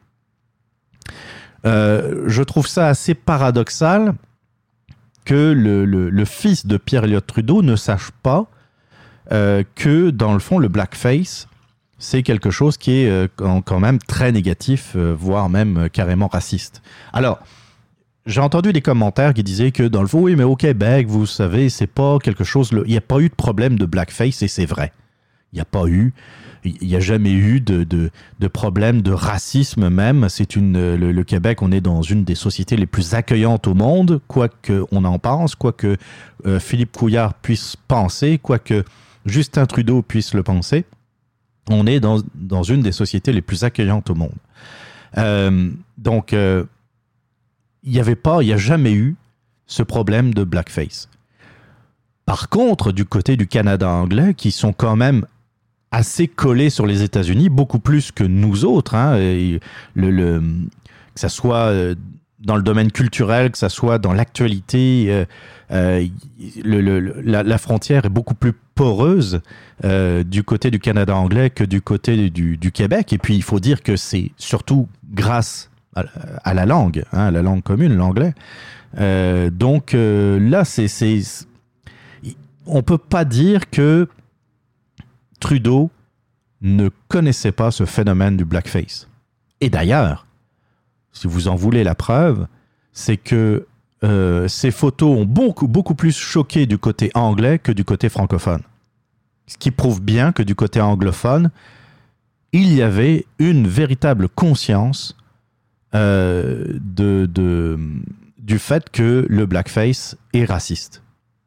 A: Euh, je trouve ça assez paradoxal que le, le, le fils de Pierre Elliott Trudeau ne sache pas euh, que, dans le fond, le blackface, c'est quelque chose qui est euh, quand même très négatif, euh, voire même euh, carrément raciste. Alors, j'ai entendu des commentaires qui disaient que, dans le fond, oui, mais au Québec, vous savez, c'est pas quelque chose... Il n'y a pas eu de problème de blackface, et c'est vrai. Il n'y a pas eu... Il n'y a jamais eu de, de, de problème de racisme même. C'est une, le, le Québec, on est dans une des sociétés les plus accueillantes au monde, quoi qu'on en pense, quoi que euh, Philippe Couillard puisse penser, quoi que Justin Trudeau puisse le penser. On est dans, dans une des sociétés les plus accueillantes au monde. Euh, donc, euh, il n'y avait pas, il n'y a jamais eu ce problème de blackface. Par contre, du côté du Canada anglais, qui sont quand même assez collés sur les États-Unis, beaucoup plus que nous autres, hein, et le, le, que ça soit dans le domaine culturel, que ça soit dans l'actualité, euh, euh, le, le, la, la frontière est beaucoup plus poreuse euh, du côté du Canada anglais que du côté du, du Québec. Et puis, il faut dire que c'est surtout grâce à, à la langue, hein, à la langue commune, l'anglais. Euh, donc euh, là, c'est, c'est, on peut pas dire que Trudeau ne connaissait pas ce phénomène du blackface. Et d'ailleurs, si vous en voulez la preuve, c'est que euh, ces photos ont beaucoup, beaucoup plus choqué du côté anglais que du côté francophone. Ce qui prouve bien que du côté anglophone, il y avait une véritable conscience euh, de, de, du fait que le blackface est raciste.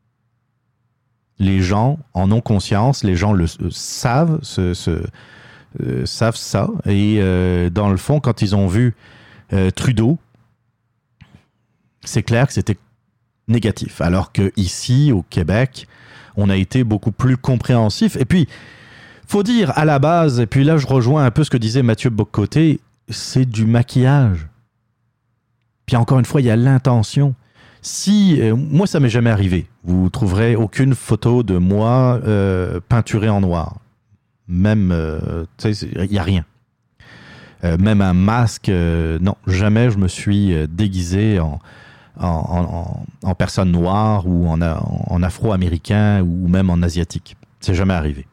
A: Les gens en ont conscience, les gens le euh, savent, se, se, euh, savent ça. Et euh, dans le fond, quand ils ont vu euh, Trudeau, c'est clair que c'était négatif. Alors qu'ici, au Québec, on a été beaucoup plus compréhensif. Et puis, faut dire, à la base, et puis là, je rejoins un peu ce que disait Mathieu Bock-Côté, c'est du maquillage. Puis encore une fois, il y a l'intention. Si, euh, moi, ça m'est jamais arrivé. Vous trouverez aucune photo de moi euh, peinturé en noir. Même, euh, tu sais, il n'y a rien. Euh, même un masque, euh, non, jamais je me suis déguisé en, en, en, en personne noire ou en, en afro-américain ou même en asiatique. C'est jamais arrivé.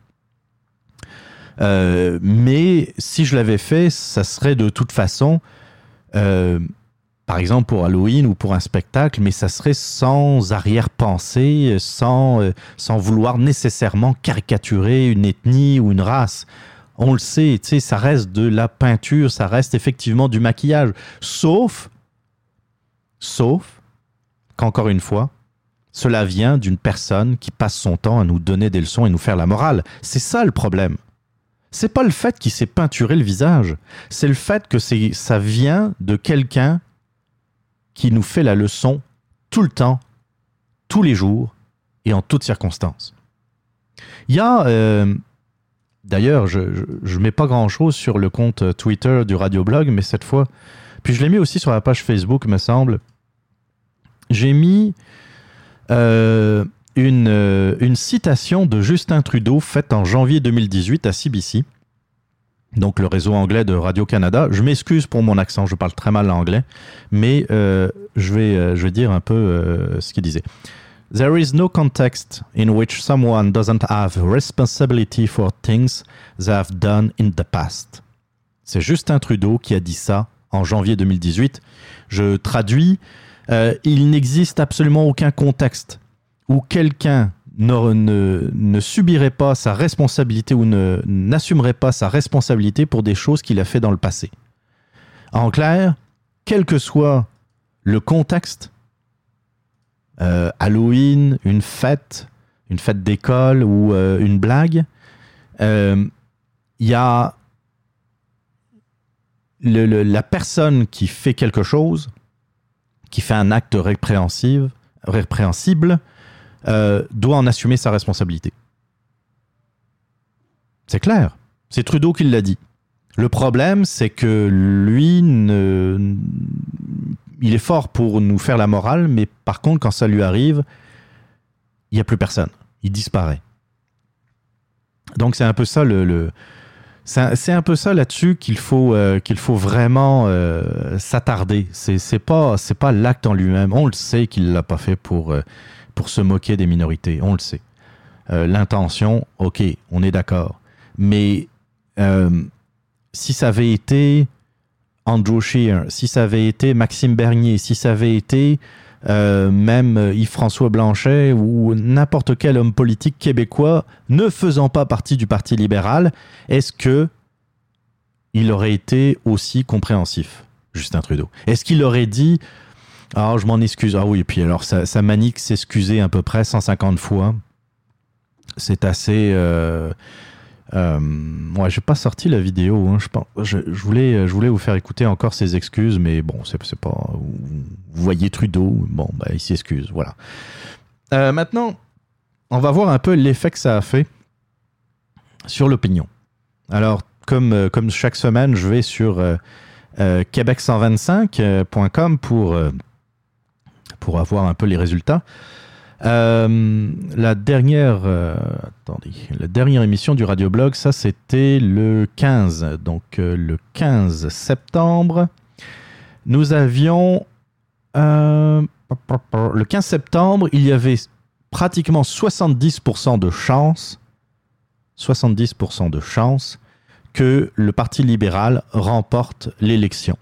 A: Euh, mais si je l'avais fait, ça serait de toute façon... Euh, par exemple pour Halloween ou pour un spectacle, mais ça serait sans arrière-pensée, sans, euh, sans vouloir nécessairement caricaturer une ethnie ou une race. On le sait, tu sais, ça reste de la peinture, ça reste effectivement du maquillage. Sauf, sauf qu'encore une fois, cela vient d'une personne qui passe son temps à nous donner des leçons et nous faire la morale. C'est ça le problème. C'est pas le fait qu'il s'est peinturé le visage, c'est le fait que c'est, ça vient de quelqu'un qui nous fait la leçon tout le temps, tous les jours et en toutes circonstances. Il y a, euh, d'ailleurs, je ne mets pas grand-chose sur le compte Twitter du Radioblog, mais cette fois, puis je l'ai mis aussi sur la page Facebook, me semble, j'ai mis euh, une, euh, une citation de Justin Trudeau faite en janvier deux mille dix-huit à C B C, donc le réseau anglais de Radio-Canada. Je m'excuse pour mon accent, je parle très mal l'anglais, mais euh, je, vais, euh, je vais dire un peu euh, ce qu'il disait. « There is no context in which someone doesn't have responsibility for things they have done in the past. » C'est Justin Trudeau qui a dit ça en janvier deux mille dix-huit. Je traduis, euh, il n'existe absolument aucun contexte où quelqu'un Ne, ne, ne subirait pas sa responsabilité ou ne, n'assumerait pas sa responsabilité pour des choses qu'il a fait dans le passé. En clair, quel que soit le contexte, euh, Halloween, une fête, une fête d'école ou euh, une blague, il euh, y a le, le, la personne qui fait quelque chose, qui fait un acte répréhensible, répréhensible euh, doit en assumer sa responsabilité. C'est clair. C'est Trudeau qui l'a dit. Le problème, c'est que lui, ne, il est fort pour nous faire la morale, mais par contre, quand ça lui arrive, il n'y a plus personne. Il disparaît. Donc, c'est un peu ça le... le c'est, c'est un peu ça là-dessus qu'il faut, euh, qu'il faut vraiment euh, s'attarder. C'est, c'est pas, c'est pas l'acte en lui-même. On le sait qu'il ne l'a pas fait pour, euh, pour se moquer des minorités. On le sait. Euh, l'intention, OK, on est d'accord. Mais euh, si ça avait été Andrew Scheer, si ça avait été Maxime Bernier, si ça avait été euh, même Yves-François Blanchet ou n'importe quel homme politique québécois ne faisant pas partie du Parti libéral, est-ce que il aurait été aussi compréhensif, Justin Trudeau? Est-ce qu'il aurait dit « Ah, je m'en excuse. » Ah oui, et puis alors, ça, ça manie que s'excuser à peu près cent cinquante fois. C'est assez... Euh, euh, ouais, j'ai pas sorti la vidéo. Hein, je, pense, je, je, voulais, je voulais vous faire écouter encore ses excuses, mais bon, c'est, c'est pas... Vous voyez Trudeau, bon, ben, il s'excuse, voilà. Euh, maintenant, on va voir un peu l'effet que ça a fait sur l'opinion. Alors, comme, comme chaque semaine, je vais sur euh, euh, québec cent vingt-cinq point com pour, euh, pour avoir un peu les résultats. Euh, la dernière euh, attendez, la dernière émission du Radioblog, ça c'était le quinze, donc euh, le quinze septembre. Nous avions euh, le quinze septembre, il y avait pratiquement soixante-dix pour cent de chances soixante-dix pour cent de chances que le Parti libéral remporte l'élection.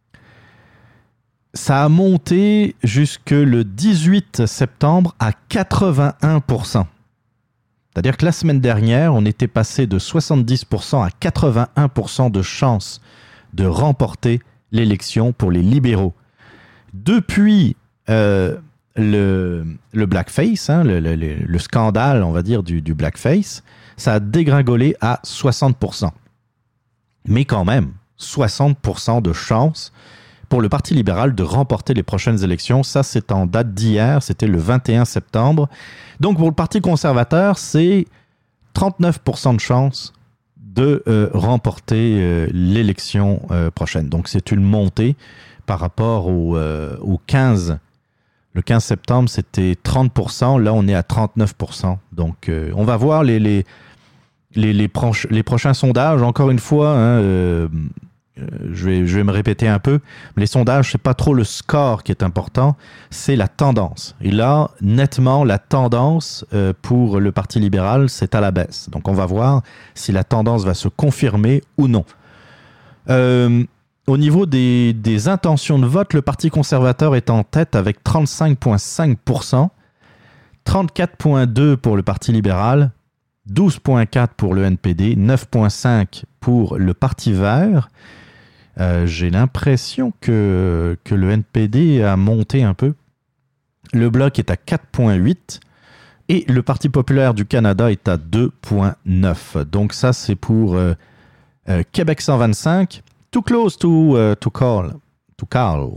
A: Ça a monté jusque le dix-huit septembre à quatre-vingt-un pour cent. C'est-à-dire que la semaine dernière, on était passé de soixante-dix pour cent à quatre-vingt-un pour cent de chances de remporter l'élection pour les libéraux. Depuis euh, le, le blackface, hein, le, le, le scandale, on va dire, du, du blackface, ça a dégringolé à soixante pour cent. Mais quand même, soixante pour cent de chances pour le Parti libéral de remporter les prochaines élections. Ça, c'est en date d'hier, c'était le vingt et un septembre. Donc, pour le Parti conservateur, c'est trente-neuf pour cent de chances de euh, remporter euh, l'élection euh, prochaine. Donc, c'est une montée par rapport au, euh, au quinze. Le quinze septembre, c'était trente pour cent. Là, on est à trente-neuf pour cent. Donc, euh, on va voir les, les, les, les, proches, les prochains sondages. Encore une fois, hein, euh, je, vais, je vais me répéter un peu. Les sondages, c'est pas trop le score qui est important, c'est la tendance. Et là, nettement, la tendance euh, pour le Parti libéral, c'est à la baisse. Donc, on va voir si la tendance va se confirmer ou non. Euh, Au niveau des, des intentions de vote, le Parti conservateur est en tête avec trente-cinq virgule cinq pour cent, trente-quatre virgule deux pour le Parti libéral, douze virgule quatre pour le N P D, neuf virgule cinq pour le Parti vert. Euh, j'ai l'impression que, que le N P D a monté un peu. Le Bloc est à quatre virgule huit et le Parti populaire du Canada est à deux virgule neuf. Donc ça, c'est pour euh, euh, Québec cent vingt-cinq. Too close to, uh, to call. To call.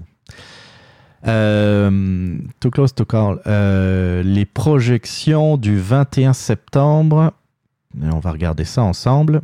A: Euh, too close to call. Euh, les projections du vingt et un septembre. On va regarder ça ensemble.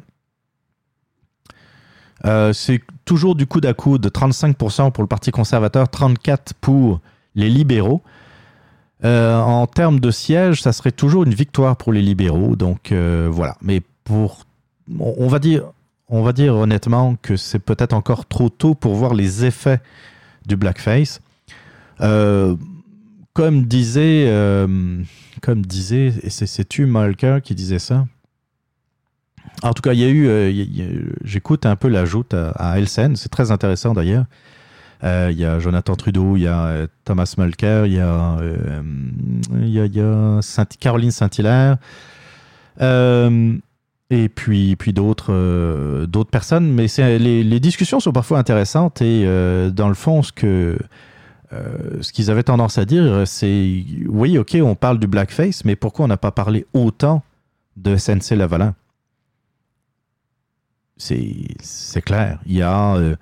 A: Euh, c'est toujours du coude à coude. trente-cinq pour cent pour le Parti conservateur, trente-quatre pour cent pour les libéraux. Euh, en termes de sièges, ça serait toujours une victoire pour les libéraux. Donc euh, voilà. Mais pour, on va dire... On va dire honnêtement que c'est peut-être encore trop tôt pour voir les effets du blackface. Euh, comme disait, euh, comme disait, et c'est, c'est-tu Malker qui disait ça? En tout cas, il y a eu, euh, y a, y a, j'écoute un peu la joute à, à Elsen, c'est très intéressant d'ailleurs. Euh, il y a Jonathan Trudeau, il y a euh, Thomas Mulcair, il y a, euh, il y a, il y a Saint- Caroline Saint-Hilaire. Euh, Et puis, puis d'autres, euh, d'autres personnes. Mais c'est, les, les discussions sont parfois intéressantes et euh, dans le fond, ce, que, euh, ce qu'ils avaient tendance à dire, c'est oui, OK, on parle du blackface, mais pourquoi on n'a pas parlé autant de S N C-Lavalin? C'est, c'est clair. Il y a, euh,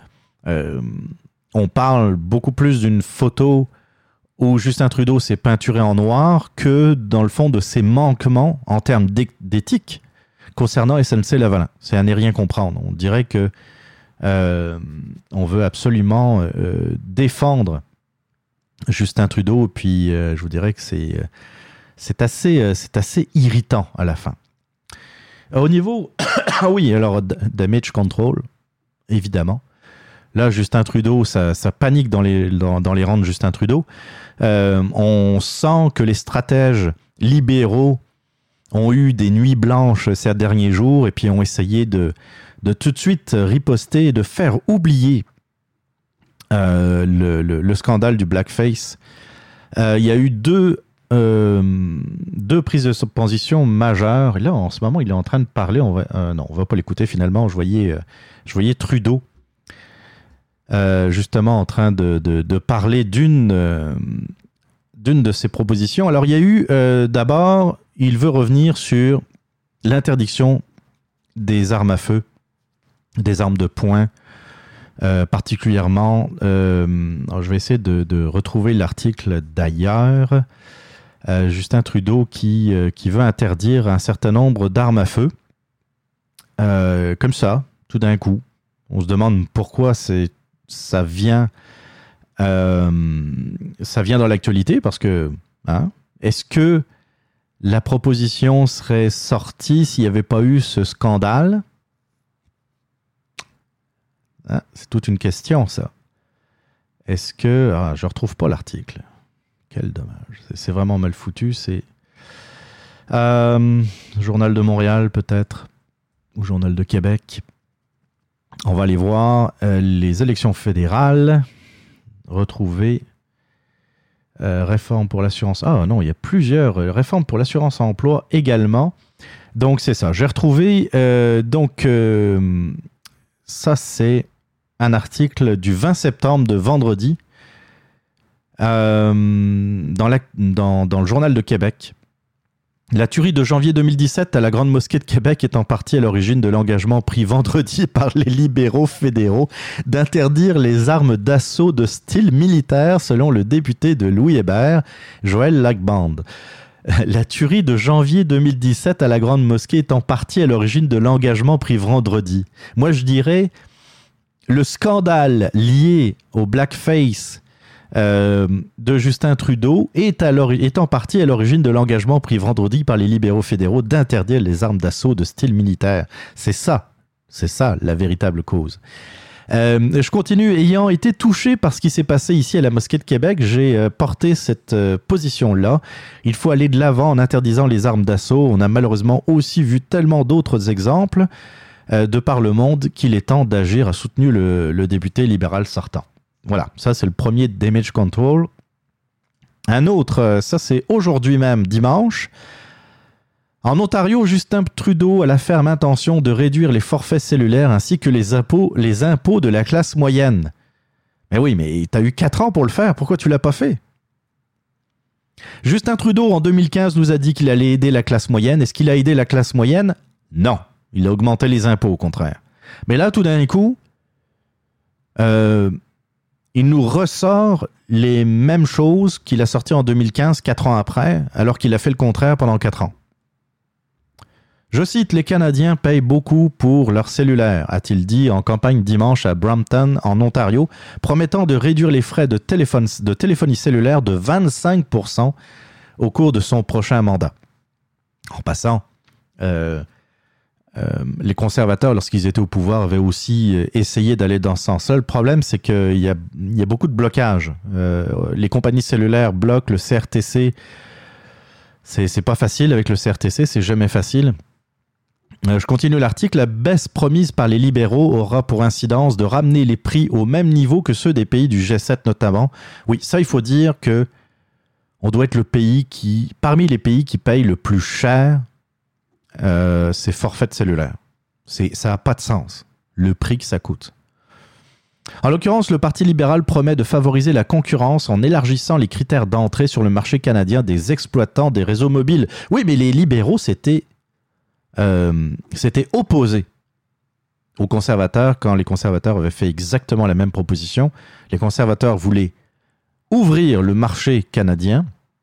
A: euh, on parle beaucoup plus d'une photo où Justin Trudeau s'est peinturé en noir que, dans le fond, de ses manquements en termes d'éthique concernant S N C-Lavalin. C'est à ne rien comprendre. On dirait que euh, on veut absolument euh, défendre Justin Trudeau, puis euh, je vous dirais que c'est, c'est, assez, c'est assez irritant à la fin. Au niveau... ah oui, alors, damage control, évidemment. Là, Justin Trudeau, ça, ça panique dans les, dans, dans les rangs de Justin Trudeau. Euh, on sent que les stratèges libéraux ont eu des nuits blanches ces derniers jours et puis ont essayé de, de tout de suite riposter et de faire oublier euh, le, le, le scandale du blackface. Euh, il y a eu deux, euh, deux prises de position majeures. Et là, en ce moment, il est en train de parler. On va, euh, non, on ne va pas l'écouter finalement. Je voyais, euh, je voyais Trudeau Euh, justement en train de, de, de parler d'une, euh, d'une de ses propositions. Alors il y a eu euh, d'abord, il veut revenir sur l'interdiction des armes à feu, des armes de poing, euh, particulièrement, euh, alors je vais essayer de, de retrouver l'article d'ailleurs, euh, Justin Trudeau qui, euh, qui veut interdire un certain nombre d'armes à feu, euh, comme ça, tout d'un coup. On se demande pourquoi c'est ça vient, euh, ça vient dans l'actualité parce que, hein, est-ce que la proposition serait sortie s'il n'y avait pas eu ce scandale? Ah, c'est toute une question, ça. Est-ce que... Ah, je ne retrouve pas l'article. Quel dommage. C'est, c'est vraiment mal foutu. C'est... Euh, Journal de Montréal, peut-être, ou Journal de Québec. On va aller voir euh, les élections fédérales. Retrouver euh, réforme pour l'assurance. Ah non, il y a plusieurs euh, réformes pour l'assurance emploi également. Donc c'est ça. J'ai retrouvé. Euh, donc euh, ça c'est un article du vingt septembre de vendredi euh, dans, la, dans, dans le Journal de Québec. La tuerie de janvier deux mille dix-sept à la Grande Mosquée de Québec est en partie à l'origine de l'engagement pris vendredi par les libéraux fédéraux d'interdire les armes d'assaut de style militaire, selon le député de Louis Hébert, Joël Lacbande. La tuerie de janvier deux mille dix-sept à la Grande Mosquée est en partie à l'origine de l'engagement pris vendredi. Moi, je dirais le scandale lié au blackface Euh, de Justin Trudeau est, à est en partie à l'origine de l'engagement pris vendredi par les libéraux fédéraux d'interdire les armes d'assaut de style militaire. C'est ça, c'est ça la véritable cause. Euh, je continue. Ayant été touché par ce qui s'est passé ici à la Mosquée de Québec, j'ai euh, porté cette euh, position-là. Il faut aller de l'avant en interdisant les armes d'assaut. On a malheureusement aussi vu tellement d'autres exemples euh, de par le monde qu'il est temps d'agir, a soutenu le, le député libéral sortant. Voilà, ça c'est le premier damage control. Un autre, ça c'est aujourd'hui même, dimanche. En Ontario, Justin Trudeau a la ferme intention de réduire les forfaits cellulaires ainsi que les impôts, les impôts de la classe moyenne. Mais oui, mais t'as eu quatre ans pour le faire, pourquoi tu l'as pas fait? Justin Trudeau, en deux mille quinze, nous a dit qu'il allait aider la classe moyenne. Est-ce qu'il a aidé la classe moyenne? Non, il a augmenté les impôts, au contraire. Mais là, tout d'un coup... Euh, il nous ressort les mêmes choses qu'il a sorties en deux mille quinze, quatre ans après, alors qu'il a fait le contraire pendant quatre ans. Je cite, « Les Canadiens payent beaucoup pour leur cellulaire », a-t-il dit en campagne dimanche à Brampton, en Ontario, promettant de réduire les frais de, téléphone, de téléphonie cellulaire de vingt-cinq pour cent au cours de son prochain mandat. En passant, euh, Euh, les conservateurs, lorsqu'ils étaient au pouvoir, avaient aussi essayé d'aller dans ce sens-là. Le problème, c'est qu'il y a, il y a beaucoup de blocages. Euh, les compagnies cellulaires bloquent le C R T C. C'est, c'est pas facile avec le C R T C, c'est jamais facile. Euh, je continue l'article. La baisse promise par les libéraux aura pour incidence de ramener les prix au même niveau que ceux des pays du G sept notamment. Oui, ça, il faut dire que on doit être le pays qui, parmi les pays qui payent le plus cher Euh, c'est forfait cellulaire. C'est, ça n'a pas de sens, le prix que ça coûte. En l'occurrence, le Parti libéral promet de favoriser la concurrence en élargissant les critères d'entrée sur le marché canadien des exploitants des réseaux mobiles. Oui, mais les libéraux s'étaient, euh, s'étaient opposés aux conservateurs quand les conservateurs avaient fait exactement la même proposition. Les conservateurs voulaient ouvrir le marché canadien,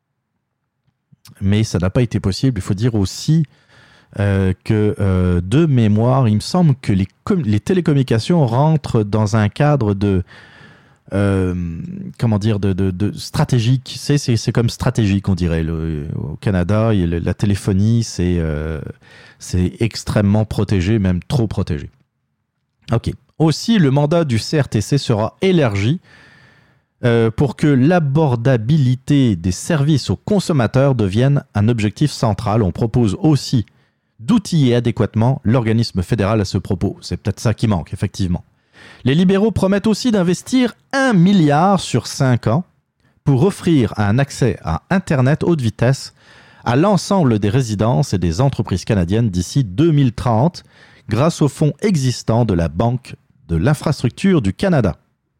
A: mais ça n'a pas été possible. Il faut dire aussi euh, que euh, de mémoire, il me semble que les, com- les télécommunications rentrent dans un cadre de euh, comment dire de, de, de stratégique. C'est, c'est, c'est comme stratégique, on dirait. Le, au Canada, il, la téléphonie, c'est, euh, c'est extrêmement protégé, même trop protégé. Ok. Aussi, le mandat du C R T C sera élargi euh, pour que l'abordabilité des services aux consommateurs devienne un objectif central. On propose aussi d'outiller adéquatement l'organisme fédéral à ce propos. C'est peut-être ça qui manque, effectivement. Les libéraux promettent aussi d'investir un milliard sur cinq ans pour offrir un accès à Internet haute vitesse à l'ensemble des résidences et des entreprises canadiennes d'ici deux mille trente, grâce aux fonds existants de la Banque de l'infrastructure du Canada.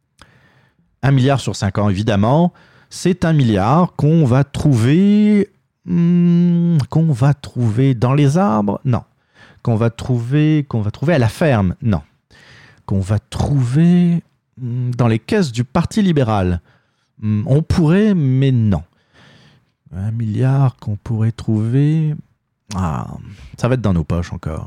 A: Un milliard sur cinq ans, évidemment, c'est un milliard qu'on va trouver... Hmm, qu'on va trouver dans les arbres? Non. Qu'on va trouver, qu'on va trouver à la ferme? Non. Qu'on va trouver hmm, dans les caisses du Parti libéral? Hmm, on pourrait, mais non. Un milliard qu'on pourrait trouver... Ah, ça va être dans nos poches encore.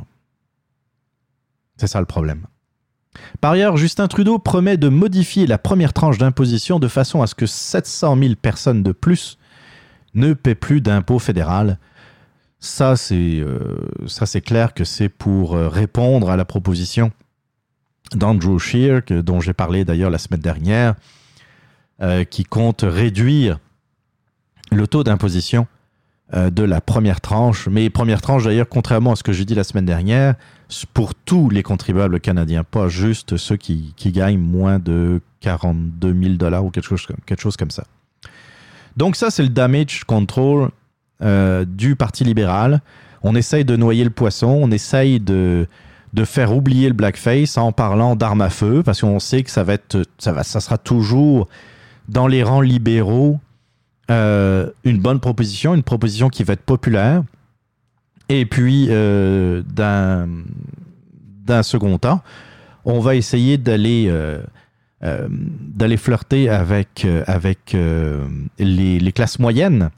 A: C'est ça le problème. Par ailleurs, Justin Trudeau promet de modifier la première tranche d'imposition de façon à ce que sept cent mille personnes de plus ne paient plus d'impôt fédéral. Ça, c'est, euh, ça, c'est clair que c'est pour euh, répondre à la proposition d'Andrew Scheer, que, dont j'ai parlé d'ailleurs la semaine dernière, euh, qui compte réduire le taux d'imposition euh, de la première tranche. Mais première tranche, d'ailleurs, contrairement à ce que j'ai dit la semaine dernière, pour tous les contribuables canadiens, pas juste ceux qui, qui gagnent moins de quarante-deux mille dollars ou quelque chose, quelque chose comme ça. Donc ça, c'est le damage control euh, du Parti libéral. On essaye de noyer le poisson, on essaye de, de faire oublier le blackface en parlant d'armes à feu, parce qu'on sait que ça, va être, ça, va, ça sera toujours dans les rangs libéraux euh, une bonne proposition, une proposition qui va être populaire. Et puis, euh, d'un, d'un second temps, on va essayer d'aller... Euh, Euh, d'aller flirter avec, euh, avec euh, les, les classes moyennes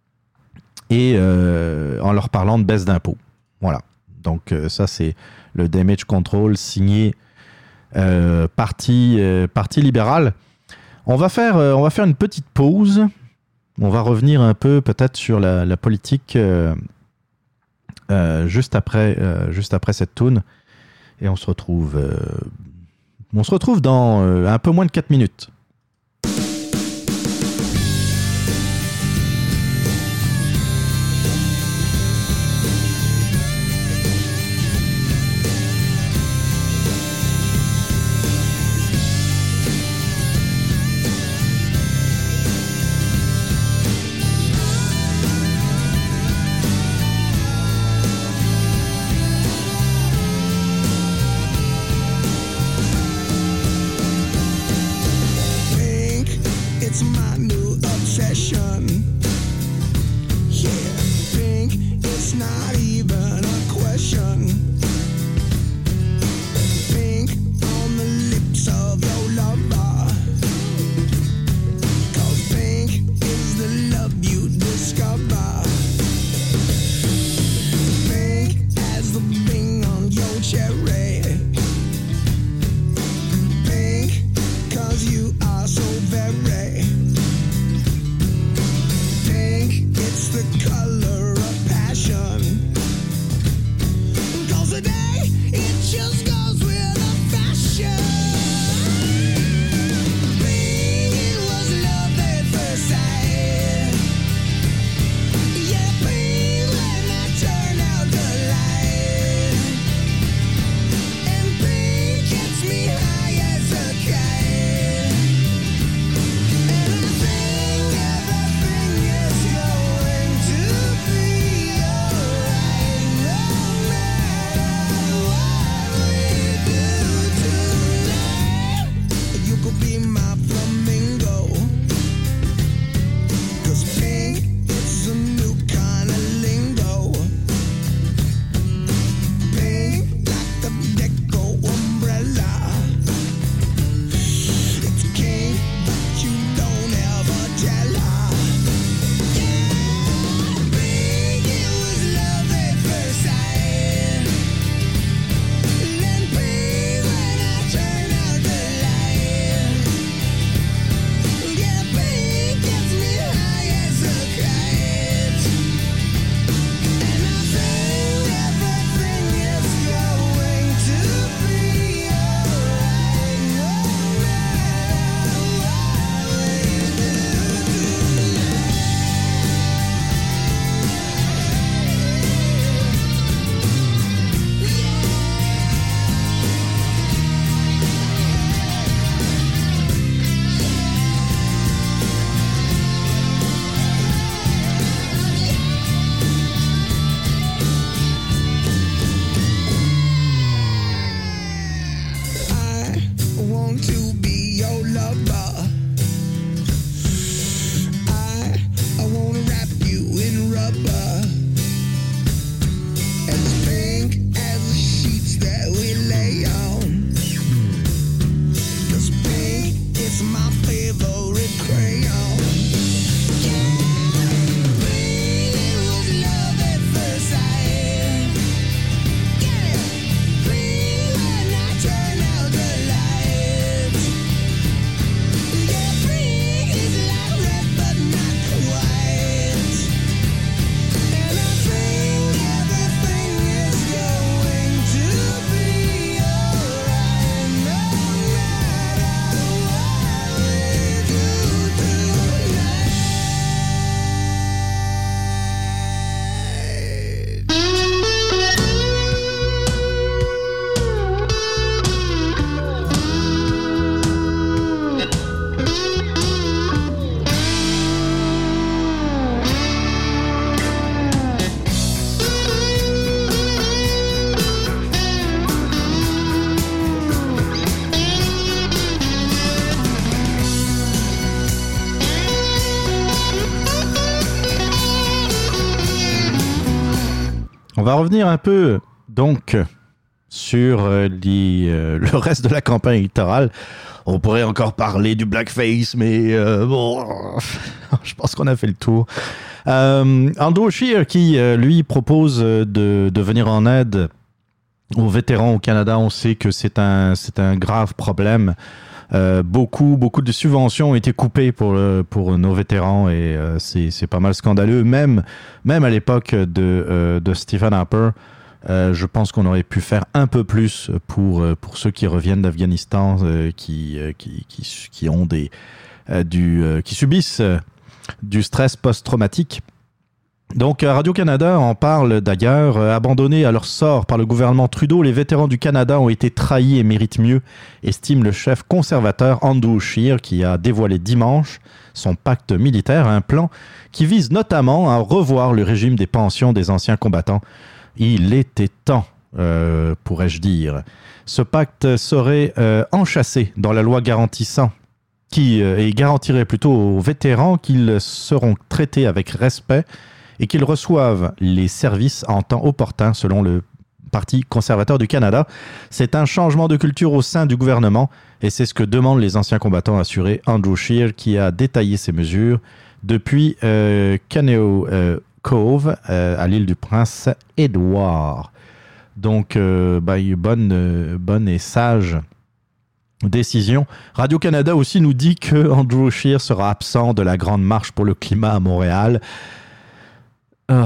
A: et euh, en leur parlant de baisse d'impôts. Voilà. Donc euh, ça, c'est le damage control signé euh, parti, euh, parti libéral. On va, faire, euh, on va faire une petite pause. On va revenir un peu peut-être sur la, la politique euh, euh, juste, après, euh, juste après cette toune. Et on se retrouve... Euh, On se retrouve dans euh, un peu moins de quatre minutes. On va revenir un peu, donc, sur euh, les, euh, le reste de la campagne électorale. On pourrait encore parler du blackface, mais euh, bon, je pense qu'on a fait le tour. Euh, Andrew Scheer, qui, euh, lui, propose de, de venir en aide aux vétérans au Canada. On sait que c'est un, c'est un grave problème. Euh, beaucoup, beaucoup de subventions ont été coupées pour, euh, pour nos vétérans et euh, c'est, c'est pas mal scandaleux. Même, même à l'époque de, euh, de Stephen Harper, euh, je pense qu'on aurait pu faire un peu plus pour, pour ceux qui reviennent d'Afghanistan, euh, qui, euh, qui, qui, qui ont des, euh, du, euh, qui subissent euh, du stress post-traumatique. Donc, Radio-Canada en parle d'ailleurs. Euh, abandonnés à leur sort par le gouvernement Trudeau, les vétérans du Canada ont été trahis et méritent mieux, estime le chef conservateur Andrew Scheer, qui a dévoilé dimanche son pacte militaire, un plan qui vise notamment à revoir le régime des pensions des anciens combattants. Il était temps, euh, pourrais-je dire. Ce pacte serait euh, enchâssé dans la loi garantissant qui euh, et garantirait plutôt aux vétérans qu'ils seront traités avec respect et qu'ils reçoivent les services en temps opportun, selon le Parti conservateur du Canada. C'est un changement de culture au sein du gouvernement et c'est ce que demandent les anciens combattants, assuré Andrew Scheer, qui a détaillé ces mesures depuis euh, Caneo euh, Cove, euh, à l'île du Prince-Édouard. Donc, euh, bah, bonne, euh, bonne et sage décision. Radio-Canada aussi nous dit que Andrew Scheer sera absent de la grande marche pour le climat à Montréal. Oh.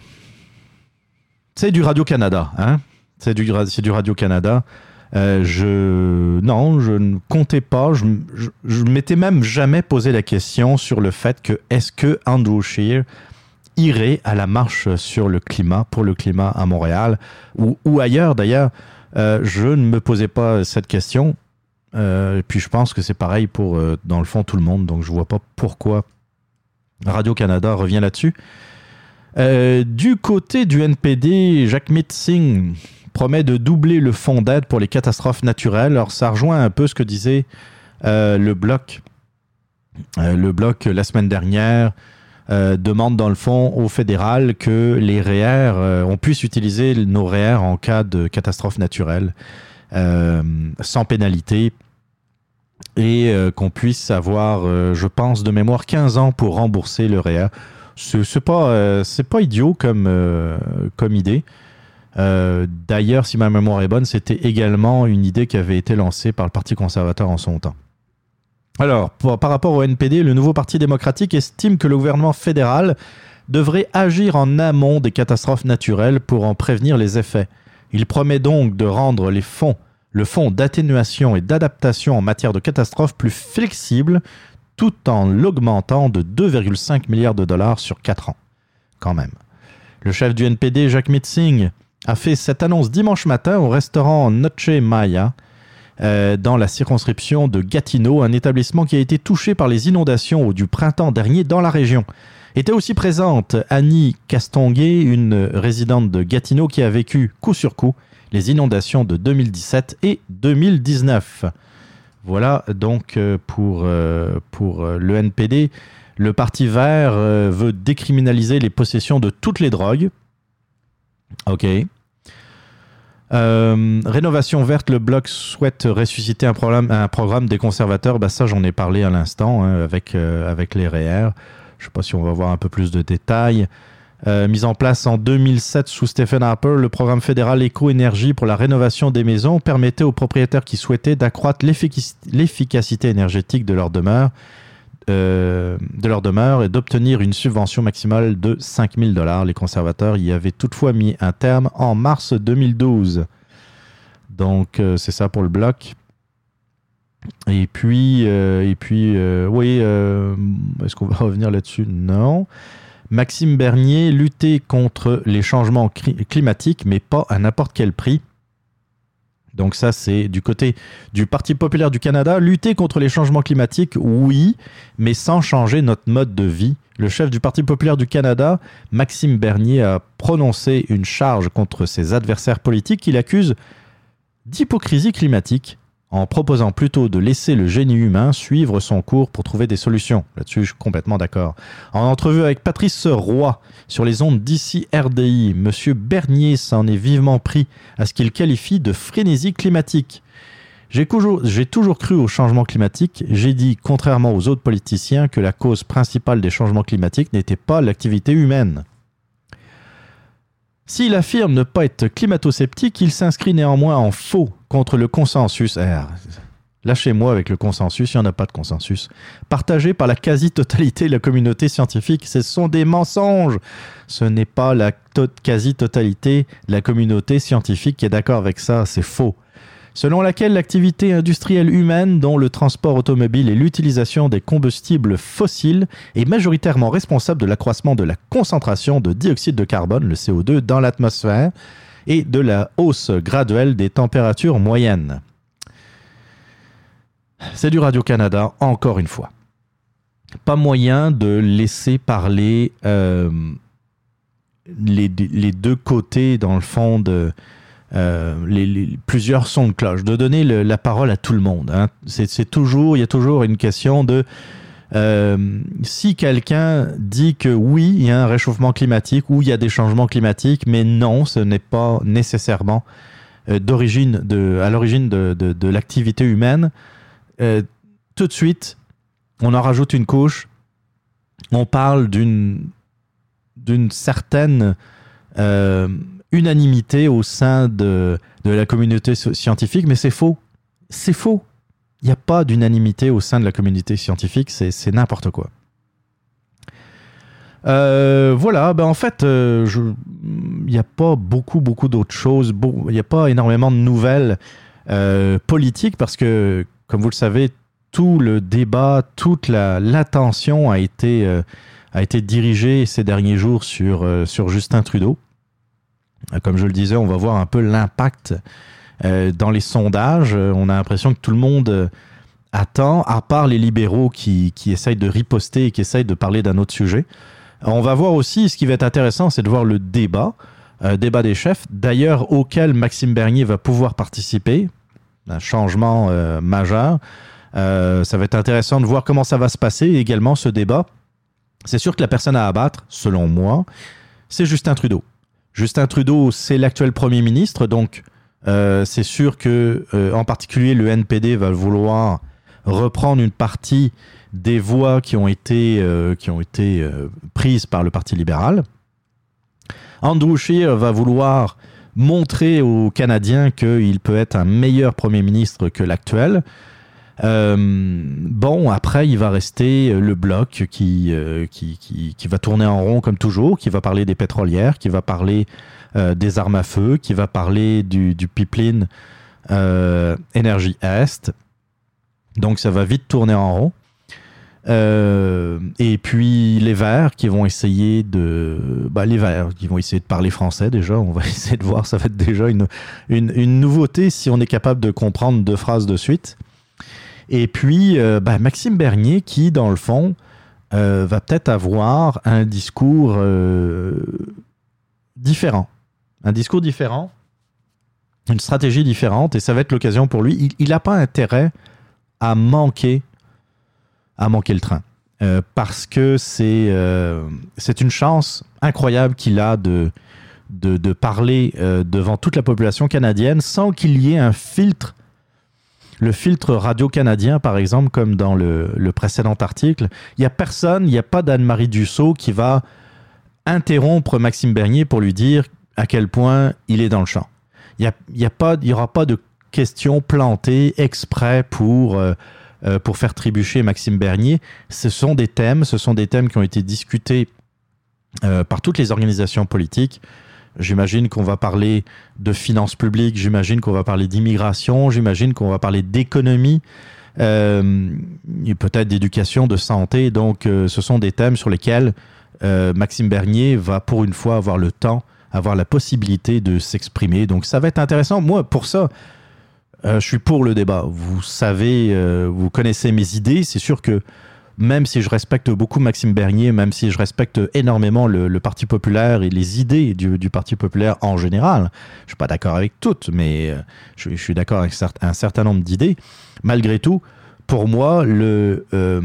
A: C'est du Radio-Canada, hein? C'est du, c'est du Radio-Canada. Euh, je... Non, je ne comptais pas. Je, je, je m'étais même jamais posé la question sur le fait que est-ce que Andrew Scheer irait à la marche sur le climat, pour le climat à Montréal, ou, ou ailleurs d'ailleurs. Euh, je ne me posais pas cette question. Euh, et puis je pense que c'est pareil pour, euh, dans le fond, tout le monde. Donc je vois pas pourquoi Radio-Canada revient là-dessus. Euh, du côté du N P D, Jagmeet Singh promet de doubler le fonds d'aide pour les catastrophes naturelles. Alors ça rejoint un peu ce que disait euh, le Bloc. Euh, le Bloc, la semaine dernière, euh, demande dans le fond au fédéral que les R E E R, euh, on puisse utiliser nos R E E R en cas de catastrophe naturelle euh, sans pénalité et euh, qu'on puisse avoir, euh, je pense, de mémoire quinze ans pour rembourser le R E E R. C'est, c'est pas, euh, c'est pas idiot comme, euh, comme idée. Euh, d'ailleurs, si ma mémoire est bonne, c'était également une idée qui avait été lancée par le Parti conservateur en son temps. Alors, pour, par rapport au N P D, le nouveau Parti démocratique estime que le gouvernement fédéral devrait agir en amont des catastrophes naturelles pour en prévenir les effets. Il promet donc de rendre les fonds, le fonds d'atténuation et d'adaptation en matière de catastrophes plus flexible, tout en l'augmentant de deux virgule cinq milliards de dollars sur quatre ans. Quand même. Le chef du N P D, Jagmeet Singh, a fait cette annonce dimanche matin au restaurant Noche Maya, euh, dans la circonscription de Gatineau, un établissement qui a été touché par les inondations du printemps dernier dans la région. Était aussi présente Annie Castonguay, une résidente de Gatineau qui a vécu coup sur coup les inondations de deux mille dix-sept et deux mille dix-neuf. Voilà donc pour, euh, pour le N P D. Le Parti vert euh, veut décriminaliser les possessions de toutes les drogues. OK. Euh, Rénovation verte, le Bloc souhaite ressusciter un programme, un programme des conservateurs. Ben ça, j'en ai parlé à l'instant hein, avec, euh, avec les R E E R. Je ne sais pas si on va voir un peu plus de détails. Euh, mise en place en deux mille sept sous Stephen Harper, le programme fédéral Éco-énergie pour la rénovation des maisons permettait aux propriétaires qui souhaitaient d'accroître l'effic- l'efficacité énergétique de leur demeure, euh, de leur demeure et d'obtenir une subvention maximale de cinq mille dollars. Les conservateurs y avaient toutefois mis un terme en mars deux mille douze. Donc, euh, c'est ça pour le Bloc. Et puis, euh, et puis euh, oui, euh, est-ce qu'on va revenir là-dessus? Non. Maxime Bernier, lutter contre les changements climatiques, mais pas à n'importe quel prix. Donc ça, c'est du côté du Parti populaire du Canada. Lutter contre les changements climatiques, oui, mais sans changer notre mode de vie. Le chef du Parti populaire du Canada, Maxime Bernier, a prononcé une charge contre ses adversaires politiques qu'il accuse d'hypocrisie climatique en proposant plutôt de laisser le génie humain suivre son cours pour trouver des solutions. Là-dessus, je suis complètement d'accord. En entrevue avec Patrice Roy sur les ondes d'ici R D I, M. Bernier s'en est vivement pris à ce qu'il qualifie de frénésie climatique. J'ai toujours, j'ai toujours cru au changement climatique. J'ai dit, contrairement aux autres politiciens, que la cause principale des changements climatiques n'était pas l'activité humaine. S'il affirme ne pas être climato-sceptique, il s'inscrit néanmoins en faux contre le consensus. Eh, lâchez-moi avec le consensus, il n'y en a pas de consensus. Partagé par la quasi-totalité de la communauté scientifique, ce sont des mensonges. Ce n'est pas la to- quasi-totalité de la communauté scientifique qui est d'accord avec ça, c'est faux. Selon laquelle l'activité industrielle humaine, dont le transport automobile et l'utilisation des combustibles fossiles, est majoritairement responsable de l'accroissement de la concentration de dioxyde de carbone, le C O deux, dans l'atmosphère et de la hausse graduelle des températures moyennes. C'est du Radio-Canada, encore une fois. Pas moyen de laisser parler euh, les, les deux côtés, dans le fond, de... Euh, les, les, plusieurs sons de cloche, de donner le, la parole à tout le monde. Hein. C'est, c'est toujours, il y a toujours une question de euh, si quelqu'un dit que oui, il y a un réchauffement climatique ou il y a des changements climatiques, mais non, ce n'est pas nécessairement euh, d'origine de, à l'origine de, de, de l'activité humaine. Euh, tout de suite, on en rajoute une couche. On parle d'une d'une certaine euh, unanimité au sein de, de la communauté scientifique, mais c'est faux. C'est faux. Il n'y a pas d'unanimité au sein de la communauté scientifique, c'est, c'est n'importe quoi. Euh, voilà, ben en fait, euh, il n'y a pas beaucoup, beaucoup d'autres choses. Il n'y a pas énormément de nouvelles euh, politiques parce que, comme vous le savez, tout le débat, toute la, l'attention a été, euh, a été dirigée ces derniers jours sur, euh, sur Justin Trudeau. Comme je le disais, on va voir un peu l'impact euh, dans les sondages. On a l'impression que tout le monde euh, attend, à part les libéraux qui, qui essayent de riposter et qui essayent de parler d'un autre sujet. On va voir aussi, ce qui va être intéressant, c'est de voir le débat, euh, débat des chefs, d'ailleurs auquel Maxime Bernier va pouvoir participer. Un changement euh, majeur. Euh, ça va être intéressant de voir comment ça va se passer également, ce débat. C'est sûr que la personne à abattre, selon moi, c'est Justin Trudeau. Justin Trudeau, c'est l'actuel premier ministre, donc euh, c'est sûr que, euh, en particulier, le N P D va vouloir reprendre une partie des voix qui ont été, euh, qui ont été euh, prises par le Parti libéral. Andrew Scheer va vouloir montrer aux Canadiens qu'il peut être un meilleur premier ministre que l'actuel. Euh, bon, après, il va rester le bloc qui, euh, qui, qui, qui va tourner en rond comme toujours, qui va parler des pétrolières, qui va parler euh, des armes à feu, qui va parler du, du pipeline euh, Énergie Est. Donc, ça va vite tourner en rond. Euh, et puis, les Verts qui vont essayer de... Bah, les Verts qui vont essayer de parler français déjà. On va essayer de voir, ça va être déjà une, une, une nouveauté si on est capable de comprendre deux phrases de suite. Et puis, euh, bah, Maxime Bernier qui, dans le fond, euh, va peut-être avoir un discours euh, différent. Un discours différent, une stratégie différente, et ça va être l'occasion pour lui. Il n'a pas intérêt à manquer, à manquer le train. Euh, parce que c'est, euh, c'est une chance incroyable qu'il a de, de, de parler euh, devant toute la population canadienne sans qu'il y ait un filtre. Le filtre radio-canadien, par exemple, comme dans le, le précédent article, il n'y a personne, il n'y a pas d'Anne-Marie Dussault qui va interrompre Maxime Bernier pour lui dire à quel point il est dans le champ. Il n'y a, a y aura pas de questions plantées exprès pour, euh, euh, pour faire trébucher Maxime Bernier. Ce sont des thèmes, ce sont des thèmes qui ont été discutés euh, par toutes les organisations politiques. J'imagine qu'on va parler de finances publiques, j'imagine qu'on va parler d'immigration, j'imagine qu'on va parler d'économie, euh, et peut-être d'éducation, de santé. Donc, euh, ce sont des thèmes sur lesquels euh, Maxime Bernier va pour une fois avoir le temps, avoir la possibilité de s'exprimer. Donc, ça va être intéressant. Moi, pour ça, euh, je suis pour le débat. Vous savez, euh, vous connaissez mes idées. C'est sûr que même si je respecte beaucoup Maxime Bernier, même si je respecte énormément le, le Parti populaire et les idées du, du Parti populaire en général, je ne suis pas d'accord avec toutes, mais je, je suis d'accord avec un certain nombre d'idées. Malgré tout, pour moi, le, euh,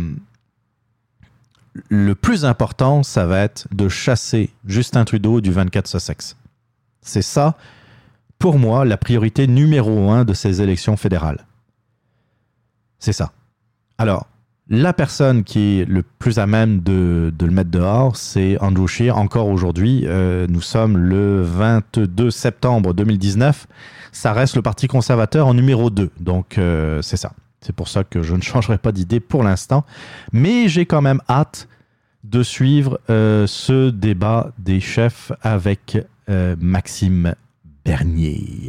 A: le plus important, ça va être de chasser Justin Trudeau du vingt-quatre Sussex. C'est ça, pour moi, la priorité numéro un de ces élections fédérales. C'est ça. Alors, la personne qui est le plus à même de, de le mettre dehors, c'est Andrew Scheer. Encore aujourd'hui, euh, nous sommes le vingt-deux septembre deux mille dix-neuf. Ça reste le Parti conservateur en numéro deux. Donc, euh, c'est ça. C'est pour ça que je ne changerai pas d'idée pour l'instant. Mais j'ai quand même hâte de suivre euh, ce débat des chefs avec euh, Maxime Bernier.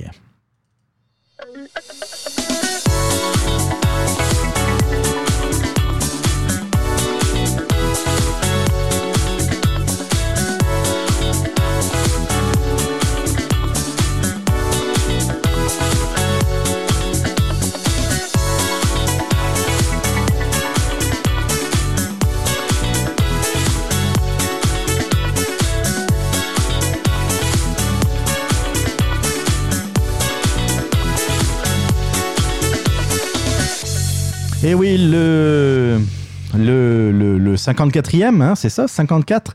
A: Et oui, le, le, le, le cinquante-quatrième, hein, c'est ça, cinquante-quatre,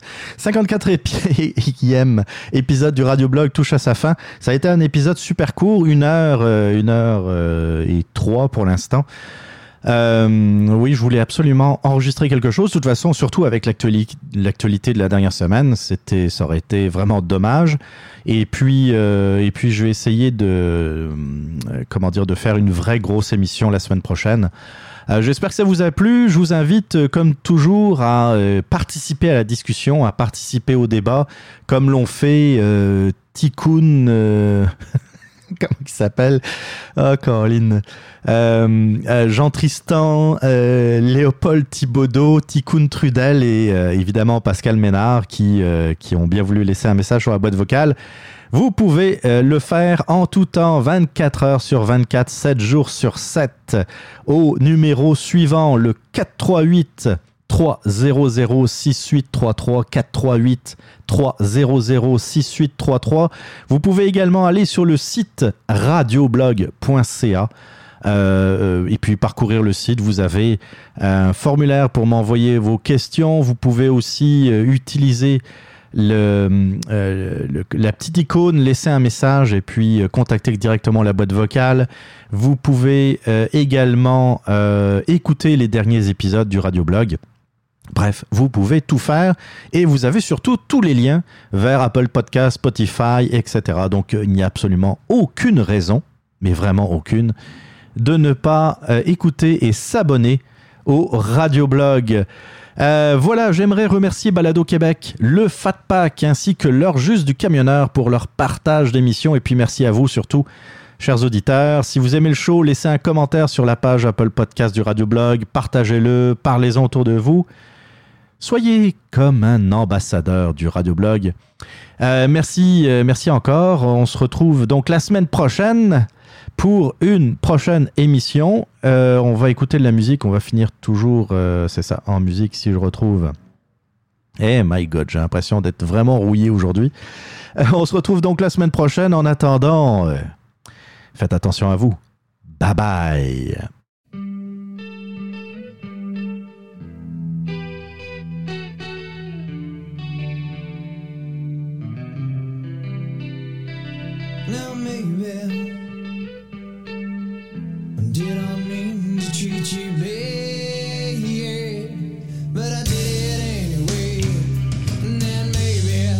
A: cinquante-quatrième épisode du Radioblog touche à sa fin. Ça a été un épisode super court, une heure, euh, une heure euh, et trois pour l'instant. Euh, oui, je voulais absolument enregistrer quelque chose. De toute façon, surtout avec l'actuali- l'actualité de la dernière semaine, c'était, ça aurait été vraiment dommage. Et puis, euh, et puis, je vais essayer de, euh, comment dire, de faire une vraie grosse émission la semaine prochaine. Euh, j'espère que ça vous a plu. Je vous invite, euh, comme toujours, à euh, participer à la discussion, à participer au débat, comme l'ont fait euh, Tikkun. Euh... Comment il s'appelle? Oh, Caroline. Euh, euh, Jean-Tristan, euh, Léopold Thibaudot, Tikkun Trudel et euh, évidemment Pascal Ménard qui, euh, qui ont bien voulu laisser un message sur la boîte vocale. Vous pouvez euh, le faire en tout temps, vingt-quatre heures sur vingt-quatre, sept jours sur sept, au numéro suivant, le quatre trois huit trois zéro zéro six huit trois trois, quatre trois huit trois zéro zéro six huit trois trois. Vous pouvez également aller sur le site radioblog point c a euh, et puis parcourir le site. Vous avez un formulaire pour m'envoyer vos questions. Vous pouvez aussi euh, utiliser le, euh, le, la petite icône, laisser un message et puis euh, contacter directement la boîte vocale. Vous pouvez euh, également euh, écouter les derniers épisodes du Radioblog. Bref, vous pouvez tout faire et vous avez surtout tous les liens vers Apple Podcasts, Spotify, et cetera. Donc, il n'y a absolument aucune raison, mais vraiment aucune, de ne pas euh, écouter et s'abonner au Radioblog. Euh, voilà, j'aimerais remercier Balado Québec, le Fat Pack ainsi que l'heure juste du camionneur pour leur partage d'émissions. Et puis, merci à vous surtout, chers auditeurs. Si vous aimez le show, laissez un commentaire sur la page Apple Podcast du Radioblog, partagez-le, parlez-en autour de vous. Soyez comme un ambassadeur du Radioblog. Euh, merci, euh, merci encore. On se retrouve donc la semaine prochaine pour une prochaine émission. Euh, on va écouter de la musique. On va finir toujours, euh, c'est ça, en musique si je retrouve. Eh my God, j'ai l'impression d'être vraiment rouillé aujourd'hui. Euh, on se retrouve donc la semaine prochaine. En attendant, euh, faites attention à vous. Bye bye.
J: Now maybe did I mean to treat you bad, yeah, but I did anyway. And then maybe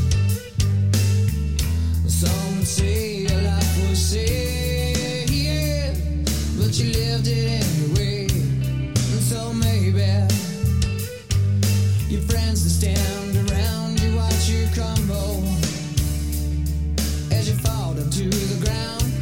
J: some would say your life was sad, yeah, but you lived it anyway. And so maybe your friends that stand around you watch you crumble as you fall to the ground.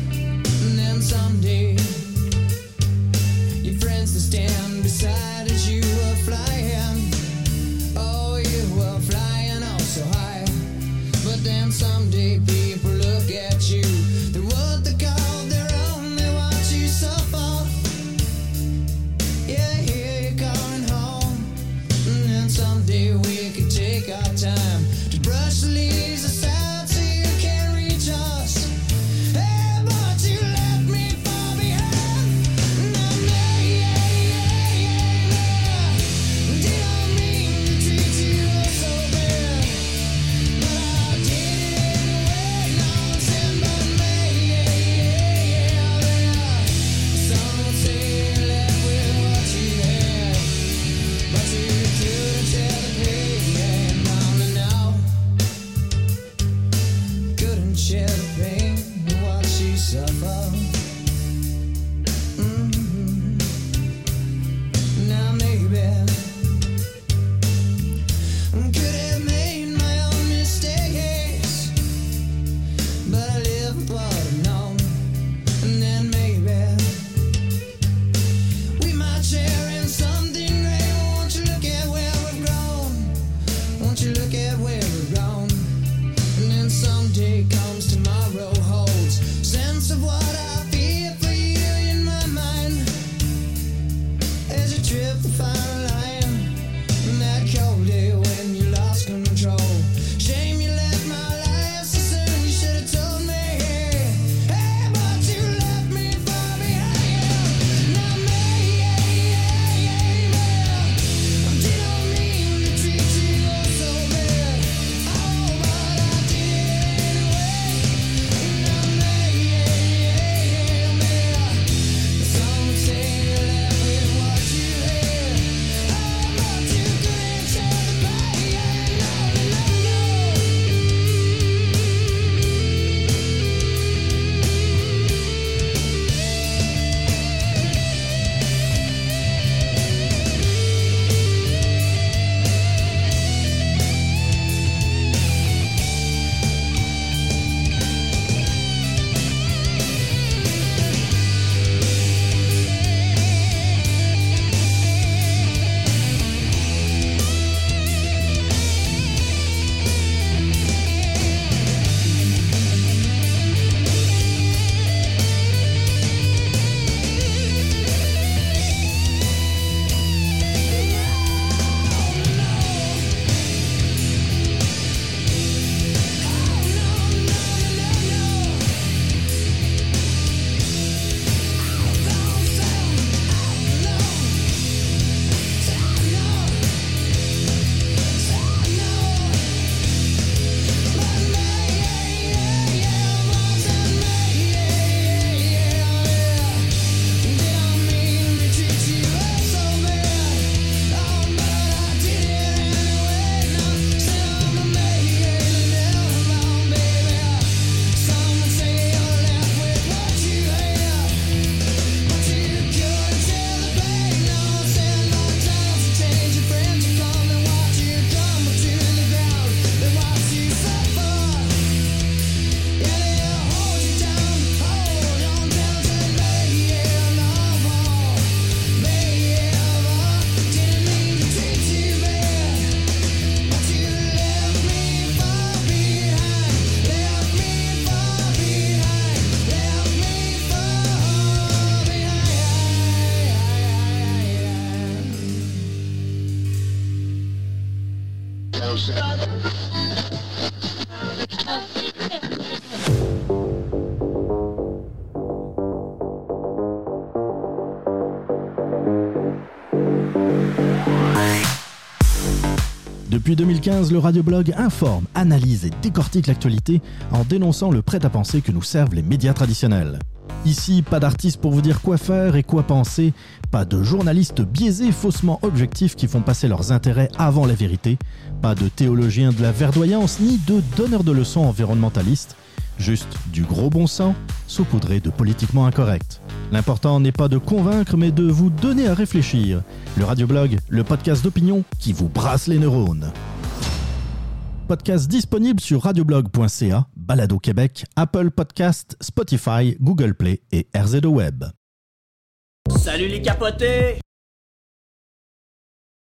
A: Depuis deux mille quinze, le radioblog informe, analyse et décortique l'actualité en dénonçant le prêt-à-penser que nous servent les médias traditionnels. Ici, pas d'artistes pour vous dire quoi faire et quoi penser, pas de journalistes biaisés faussement objectifs qui font passer leurs intérêts avant la vérité, pas de théologiens de la verdoyance ni de donneurs de leçons environnementalistes, juste du gros bon sens saupoudré de politiquement incorrect. L'important n'est pas de convaincre mais de vous donner à réfléchir. Le radioblog, le podcast d'opinion qui vous brasse les neurones. Podcast disponible sur radioblog point c a, Balado Québec, Apple Podcast, Spotify, Google Play et R Z O Web.
B: Salut les capotés!